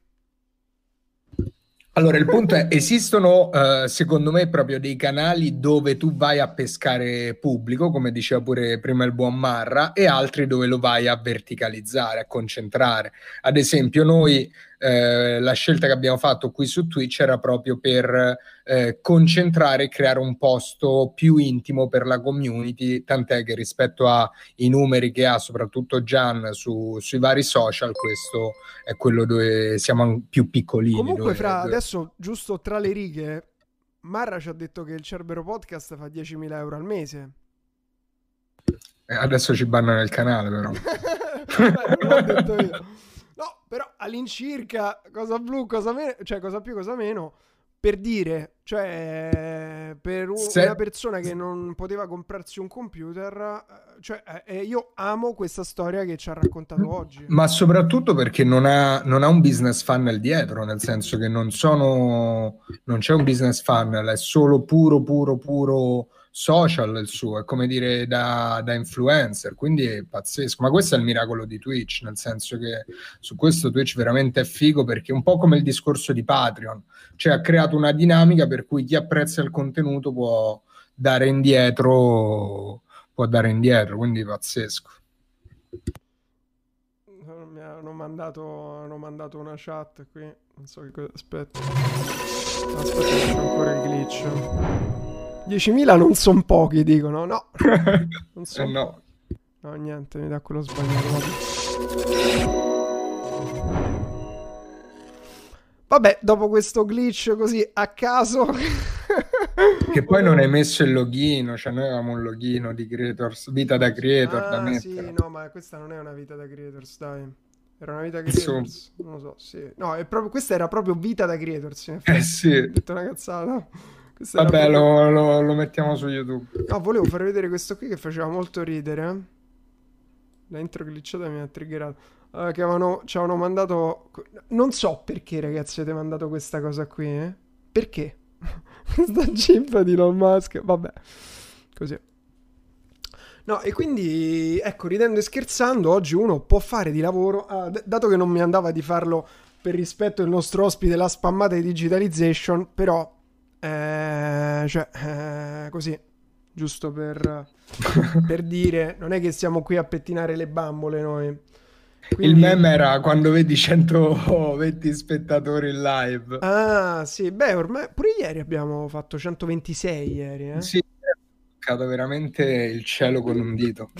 Allora, il punto è, esistono eh, secondo me proprio dei canali dove tu vai a pescare pubblico, come diceva pure prima il buon Marra, e altri dove lo vai a verticalizzare, a concentrare. Ad esempio, noi eh, la scelta che abbiamo fatto qui su Twitch era proprio per eh, concentrare e creare un posto più intimo per la community, tant'è che rispetto ai numeri che ha soprattutto Gian su, sui vari social, questo è quello dove siamo più piccolini. Comunque, dove, fra dove... adesso, giusto tra le righe, Marra ci ha detto che il Cerbero Podcast fa diecimila euro al mese. Eh, adesso ci bannano il canale, però. Vabbè, non l'ho detto io. No, però all'incirca, cosa blu, cosa meno, cioè cosa più, cosa meno, per dire, cioè per u- Se- una persona che non poteva comprarsi un computer, eh, cioè eh, io amo questa storia che ci ha raccontato oggi. Ma soprattutto perché non ha, non ha un business funnel dietro, nel senso che non sono, non c'è un business funnel, è solo puro, puro, puro social il suo, è come dire da, da influencer, quindi è pazzesco. Ma questo è il miracolo di Twitch, nel senso che su questo Twitch veramente è figo, perché è un po' come il discorso di Patreon, cioè ha creato una dinamica per cui chi apprezza il contenuto può dare indietro, può dare indietro, quindi pazzesco. Mi hanno mandato, hanno mandato una chat qui, non so che cosa, aspetta, aspetta che c'è ancora il glitch. diecimila non sono pochi, dicono, no, non sono Eh no. pochi. No, niente, mi dà quello sbagliato. Vabbè. Vabbè, dopo questo glitch così a caso... Che poi non hai messo il login, cioè noi avevamo un login di creators, vita da creator da Ah, mettere. sì, no, ma questa non è una vita da creators, dai. Era una vita da Insomma. creators, non lo so, sì. No, è proprio, questa era proprio vita da creators, in effetti. Eh sì, Ho detto una cazzata. Questa era vabbè, proprio- lo, lo- lo mettiamo su YouTube. No, volevo far vedere questo qui che faceva molto ridere. eh. La intro glitchata mi ha triggerato. Eh, che avevano, ci avevano mandato... Non so perché, ragazzi, avete mandato questa cosa qui, eh? Perché? Questa chip di Elon Musk. Vabbè, così. No, e quindi, ecco, ridendo e scherzando, oggi uno può fare di lavoro... ah, d- dato che non mi andava di farlo per rispetto del nostro ospite, la spammata di digitalization, però... eh, cioè, eh, così, giusto per, per dire... Non è che siamo qui a pettinare le bambole noi. Quindi... Il meme era quando vedi centoventi spettatori in live. Ah, sì, beh, ormai pure ieri abbiamo fatto centoventisei ieri, eh? Sì, è toccato veramente il cielo con un dito.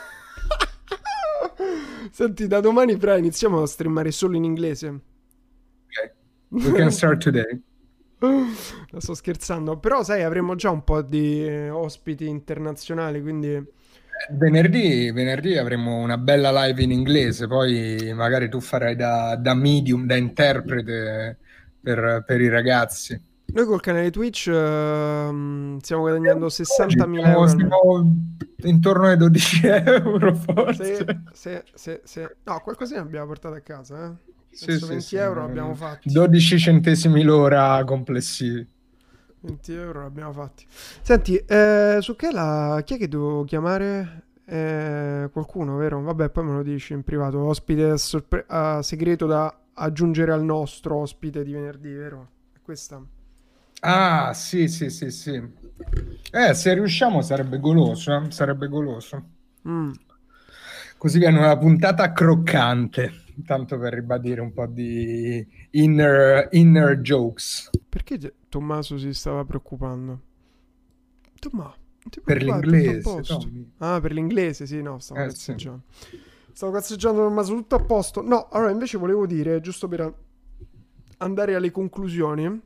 Senti, da domani però iniziamo a streamare solo in inglese. Ok, we can start today. La sto scherzando, però sai, avremo già un po' di eh, ospiti internazionali, quindi... Venerdì, venerdì avremo una bella live in inglese, poi magari tu farai da, da medium, da interprete per, per i ragazzi. Noi col canale Twitch ehm, stiamo guadagnando Oggi sessantamila siamo, euro al mese. siamo intorno ai dodici euro Sì, forse. sì, sì, sì. No, qualcosina abbiamo portato a casa, eh. Sì, Penso sì, venti sì. euro abbiamo fatti. dodici centesimi l'ora complessivi. venti euro abbiamo fatti. Senti, eh, su che la... chi è che devo chiamare? Eh, qualcuno, vero? Vabbè, poi me lo dici in privato. Ospite a sorpre- a segreto da aggiungere al nostro ospite di venerdì, vero? È questa? Ah, sì, sì, sì, sì. Eh, se riusciamo sarebbe goloso, eh? Sarebbe goloso. Mm. Così viene una puntata croccante, tanto per ribadire un po' di inner, inner jokes. Perché te- Tommaso si stava preoccupando? Tommaso, non ti Per preoccupare, tutto a l'inglese, posto. Tommy. Ah, per l'inglese, sì, no, stavo Eh, sì. cazzeggiando. Stavo cazzeggiando Tommaso, tutto a posto. No, allora invece volevo dire, giusto per andare alle conclusioni,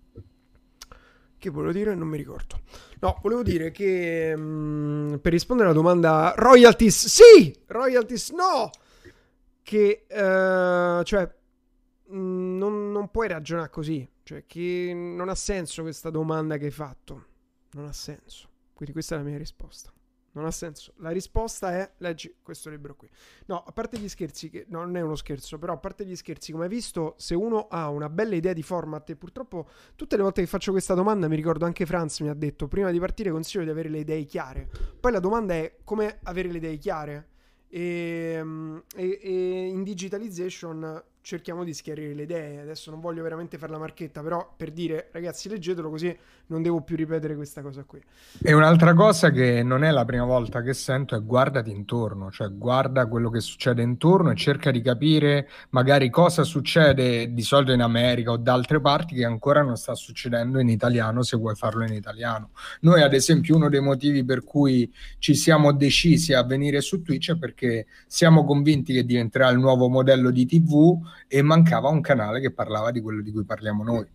che volevo dire? Non mi ricordo. No, volevo dire che mh, per rispondere alla domanda royalties, sì! Royalties, no! Che, eh, cioè, mh, non, non puoi ragionare così. Cioè, che non ha senso questa domanda che hai fatto. Non ha senso. Quindi questa è la mia risposta. Non ha senso. La risposta è leggi questo libro qui. No, a parte gli scherzi, che no, non è uno scherzo, però a parte gli scherzi, come hai visto, se uno ha una bella idea di format, e purtroppo tutte le volte che faccio questa domanda mi ricordo anche Franz mi ha detto prima di partire consiglio di avere le idee chiare. Poi la domanda è come avere le idee chiare. E, e, e in digitalization cerchiamo di schiarire le idee. Adesso non voglio veramente fare la marchetta, però per dire ragazzi leggetelo così non devo più ripetere questa cosa qui. E un'altra cosa che non è la prima volta che sento è guardati intorno, cioè guarda quello che succede intorno e cerca di capire magari cosa succede di solito in America o da altre parti che ancora non sta succedendo in italiano se vuoi farlo in italiano. Noi ad esempio uno dei motivi per cui ci siamo decisi a venire su Twitch è perché siamo convinti che diventerà il nuovo modello di tivù e mancava un canale che parlava di quello di cui parliamo noi.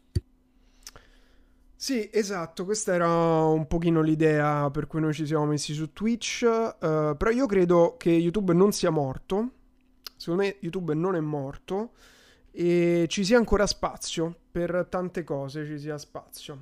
Sì, esatto, questa era un pochino l'idea per cui noi ci siamo messi su Twitch, uh, però io credo che YouTube non sia morto, secondo me YouTube non è morto e ci sia ancora spazio per tante cose, ci sia spazio.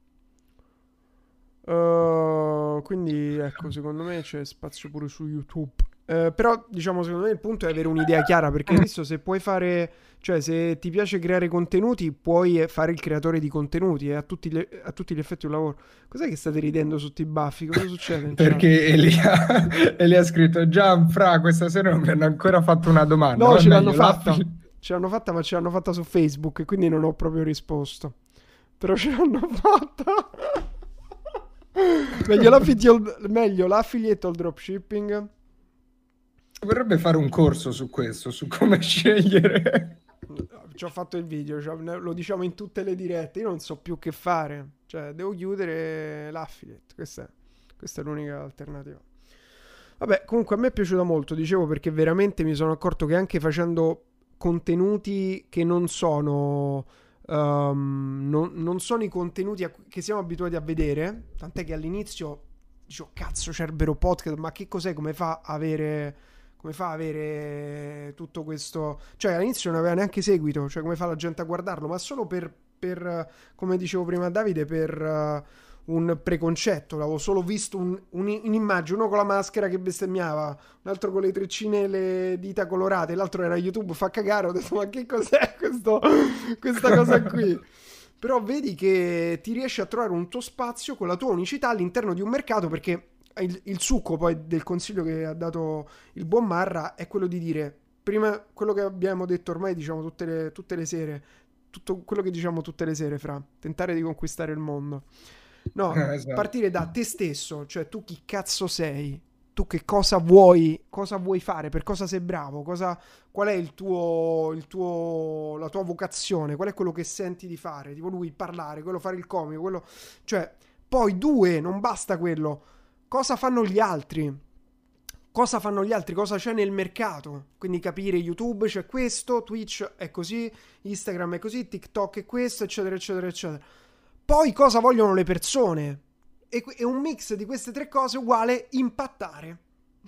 Uh, quindi ecco, secondo me c'è spazio pure su YouTube. Uh, però diciamo secondo me il punto è avere un'idea chiara, perché hai visto, se puoi fare, cioè se ti piace creare contenuti puoi fare il creatore di contenuti, è a tutti, gli, a tutti gli effetti un lavoro. Cos'è che state ridendo sotto i baffi? Cosa succede? Perché Elia, Elia ha scritto Gian, fra questa sera non mi hanno ancora fatto una domanda. No, Ma ce l'hanno meglio, fatta, la... ce l'hanno fatta ma ce l'hanno fatta su Facebook e quindi non ho proprio risposto, però ce l'hanno fatta. Meglio l'affiliate, meglio l'affiliate o il dropshipping? Vorrebbe fare un corso su questo, su come scegliere. Ci ho fatto il video, cioè, lo diciamo in tutte le dirette. Io non so più che fare, cioè devo chiudere l'affiliate. Questa è, questa è l'unica alternativa. Vabbè, comunque a me è piaciuta molto, dicevo, perché veramente mi sono accorto che anche facendo contenuti che non sono um, non, non sono i contenuti a, che siamo abituati a vedere, tant'è che all'inizio dicevo cazzo Cerbero Podcast, ma che cos'è, come fa a avere come fa a avere tutto questo, cioè all'inizio non aveva neanche seguito, cioè come fa la gente a guardarlo, ma solo per, per come dicevo prima a Davide, per uh, un preconcetto, l'avevo solo visto un, un, un'immagine, uno con la maschera che bestemmiava, un altro con le treccine e le dita colorate, l'altro era YouTube, fa cagare, ho detto ma che cos'è questo, questa cosa qui? Però vedi che ti riesci a trovare un tuo spazio con la tua unicità all'interno di un mercato, perché il, il succo poi del consiglio che ha dato il buon Marra è quello di dire, prima quello che abbiamo detto ormai diciamo tutte le, tutte le sere, tutto quello che diciamo tutte le sere, fra tentare di conquistare il mondo. No, esatto. Partire da te stesso, cioè tu chi cazzo sei, tu che cosa vuoi, cosa vuoi fare, per cosa sei bravo, cosa, qual è il tuo, il tuo, la tua vocazione, qual è quello che senti di fare, tipo lui parlare, quello fare il comico, quello, cioè, poi due, non basta quello, cosa fanno gli altri, cosa fanno gli altri, cosa c'è nel mercato, quindi capire YouTube c'è questo, Twitch è così, Instagram è così, TikTok è questo, eccetera, eccetera, eccetera. Poi cosa vogliono le persone? E, e un mix di queste tre cose uguale impattare.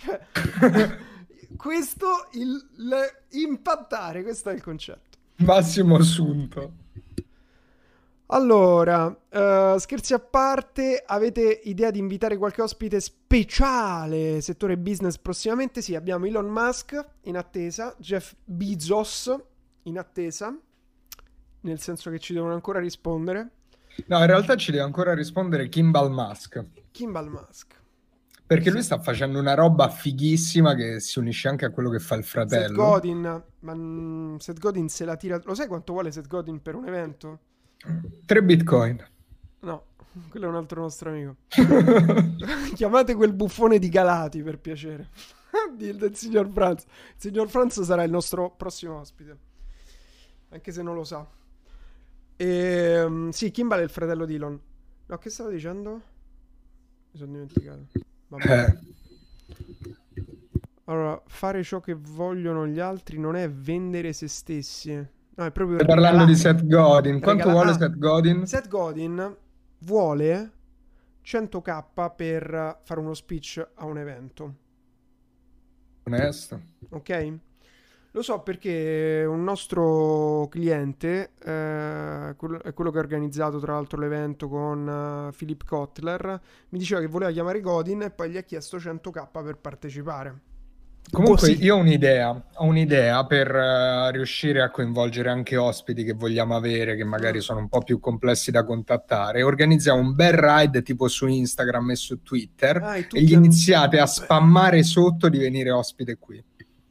Questo, il, le, impattare, questo è il concetto. Massimo assunto. Allora, uh, scherzi a parte, avete idea di invitare qualche ospite speciale settore business prossimamente? Sì, abbiamo Elon Musk in attesa, Jeff Bezos in attesa, nel senso che ci devono ancora rispondere. No, in realtà ci deve ancora rispondere Kimball Musk. Kimball Musk. Perché Sì. lui sta facendo una roba fighissima che si unisce anche a quello che fa il fratello. Seth Godin, ma mm, Seth Godin se la tira... Lo sai quanto vuole Seth Godin per un evento? tre bitcoin. No, quello è un altro nostro amico. Chiamate quel buffone di Galati, per piacere. Del signor Franz. Il signor Franz sarà il nostro prossimo ospite, anche se non lo sa. E, um, sì, Kimball è il fratello di Elon. No, che stavo dicendo? Mi sono dimenticato. Vabbè. Eh. Allora, fare ciò che vogliono gli altri non è vendere se stessi. No, è proprio Stai parlando regalare. di Seth Godin. Quanto Regala- vuole ah, Seth Godin? Seth Godin vuole cento k per fare uno speech a un evento. Onesto. Ok? Lo so perché un nostro cliente, eh, quello- è quello che ha organizzato tra l'altro l'evento con uh, Philip Kotler, mi diceva che voleva chiamare Godin e poi gli ha chiesto cento k per partecipare. Comunque Così. io ho un'idea, ho un'idea per uh, riuscire a coinvolgere anche ospiti che vogliamo avere, che magari Mm. sono un po' più complessi da contattare. Organizziamo un bel ride tipo su Instagram e su Twitter Ah, e e tutti gli hanno- iniziate a spammare sotto di venire ospite qui.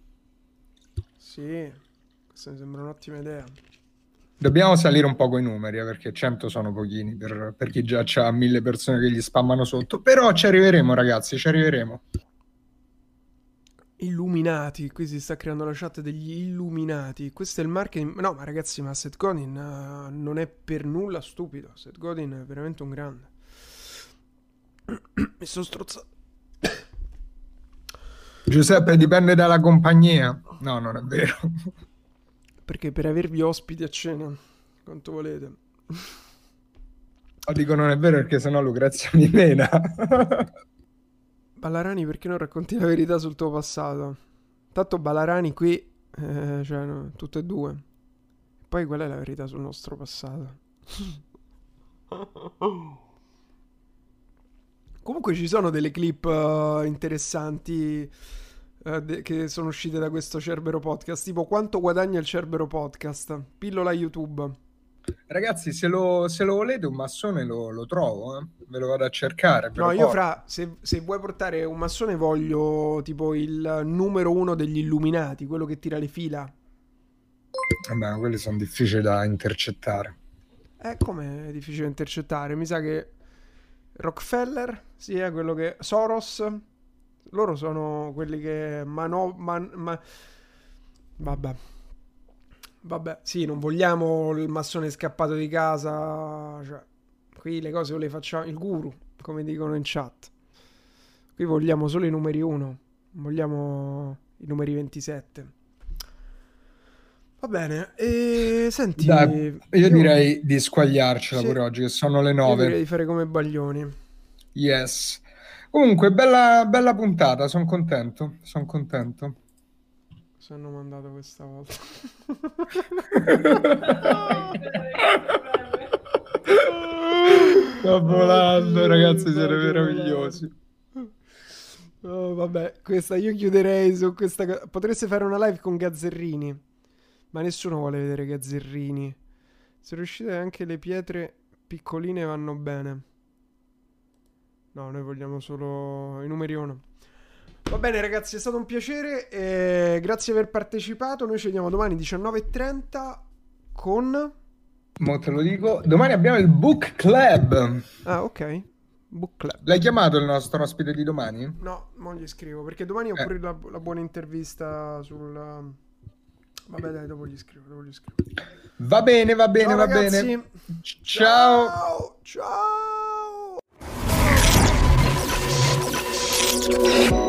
Sì, questa mi sembra un'ottima idea. Dobbiamo salire un po' coi numeri, eh, perché cento sono pochini per, per chi già ha mille persone che gli spammano sotto. Però ci arriveremo, ragazzi, ci arriveremo. Illuminati, qui si sta creando la chat degli illuminati. Questo è il marketing. No, ma ragazzi, ma Seth Godin uh, non è per nulla stupido. Seth Godin è veramente un grande. Mi sto strozzando. Giuseppe, dipende dalla compagnia. No, non è vero. Perché per avervi ospiti a cena, quanto volete. Lo dico non è vero perché sennò Lucrezia mi mena. Ballarani, perché non racconti la verità sul tuo passato? Tanto Ballarani qui, eh, cioè, no, tutte e due. Poi qual è la verità sul nostro passato? Comunque ci sono delle clip uh, interessanti uh, de- che sono uscite da questo Cerbero Podcast, tipo quanto guadagna il Cerbero Podcast, pillola YouTube. Ragazzi, se lo, se lo volete un massone lo, lo trovo, eh. Ve lo vado a cercare. ve No, lo io porto. fra, se, se vuoi portare un massone voglio tipo il numero uno degli Illuminati, quello che tira le fila. Vabbè, quelli sono difficili da intercettare. Eh, come è difficile intercettare? Mi sa che Rockefeller, sì, è quello che... Soros, loro sono quelli che... Mano... Man... Ma... Vabbè. Vabbè, sì, non vogliamo il massone scappato di casa, cioè, qui le cose le facciamo... Il guru, come dicono in chat. Qui vogliamo solo i numeri uno, vogliamo i numeri ventisette. Va bene, e senti... Dai, io direi di squagliarcela Sì, pure oggi, che sono le io nove. direi di fare come Baglioni. Yes. Comunque, bella, bella puntata, sono contento, sono contento. Cosa hanno mandato questa volta? Sto volando, ragazzi, siete Sto meravigliosi. Oh, vabbè, questa io chiuderei su questa co- potreste fare una live con Gazzerrini, ma nessuno vuole vedere Gazzerrini. Se riuscite, anche le pietre piccoline vanno bene. No, noi vogliamo solo i numeri uno. Va bene ragazzi, è stato un piacere, eh, grazie per aver partecipato. Noi ci vediamo domani diciannove e trenta con... Mo te lo dico, domani abbiamo il book club. Ah, ok. Book Club. L'hai chiamato il nostro ospite di domani? No, non gli scrivo perché domani ho Eh. pure la, la buona intervista sul... Vabbè dai, dopo gli scrivo, dopo gli scrivo. Va bene, va bene, Ciao, va ragazzi. bene. Ciao. Ciao. Ciao.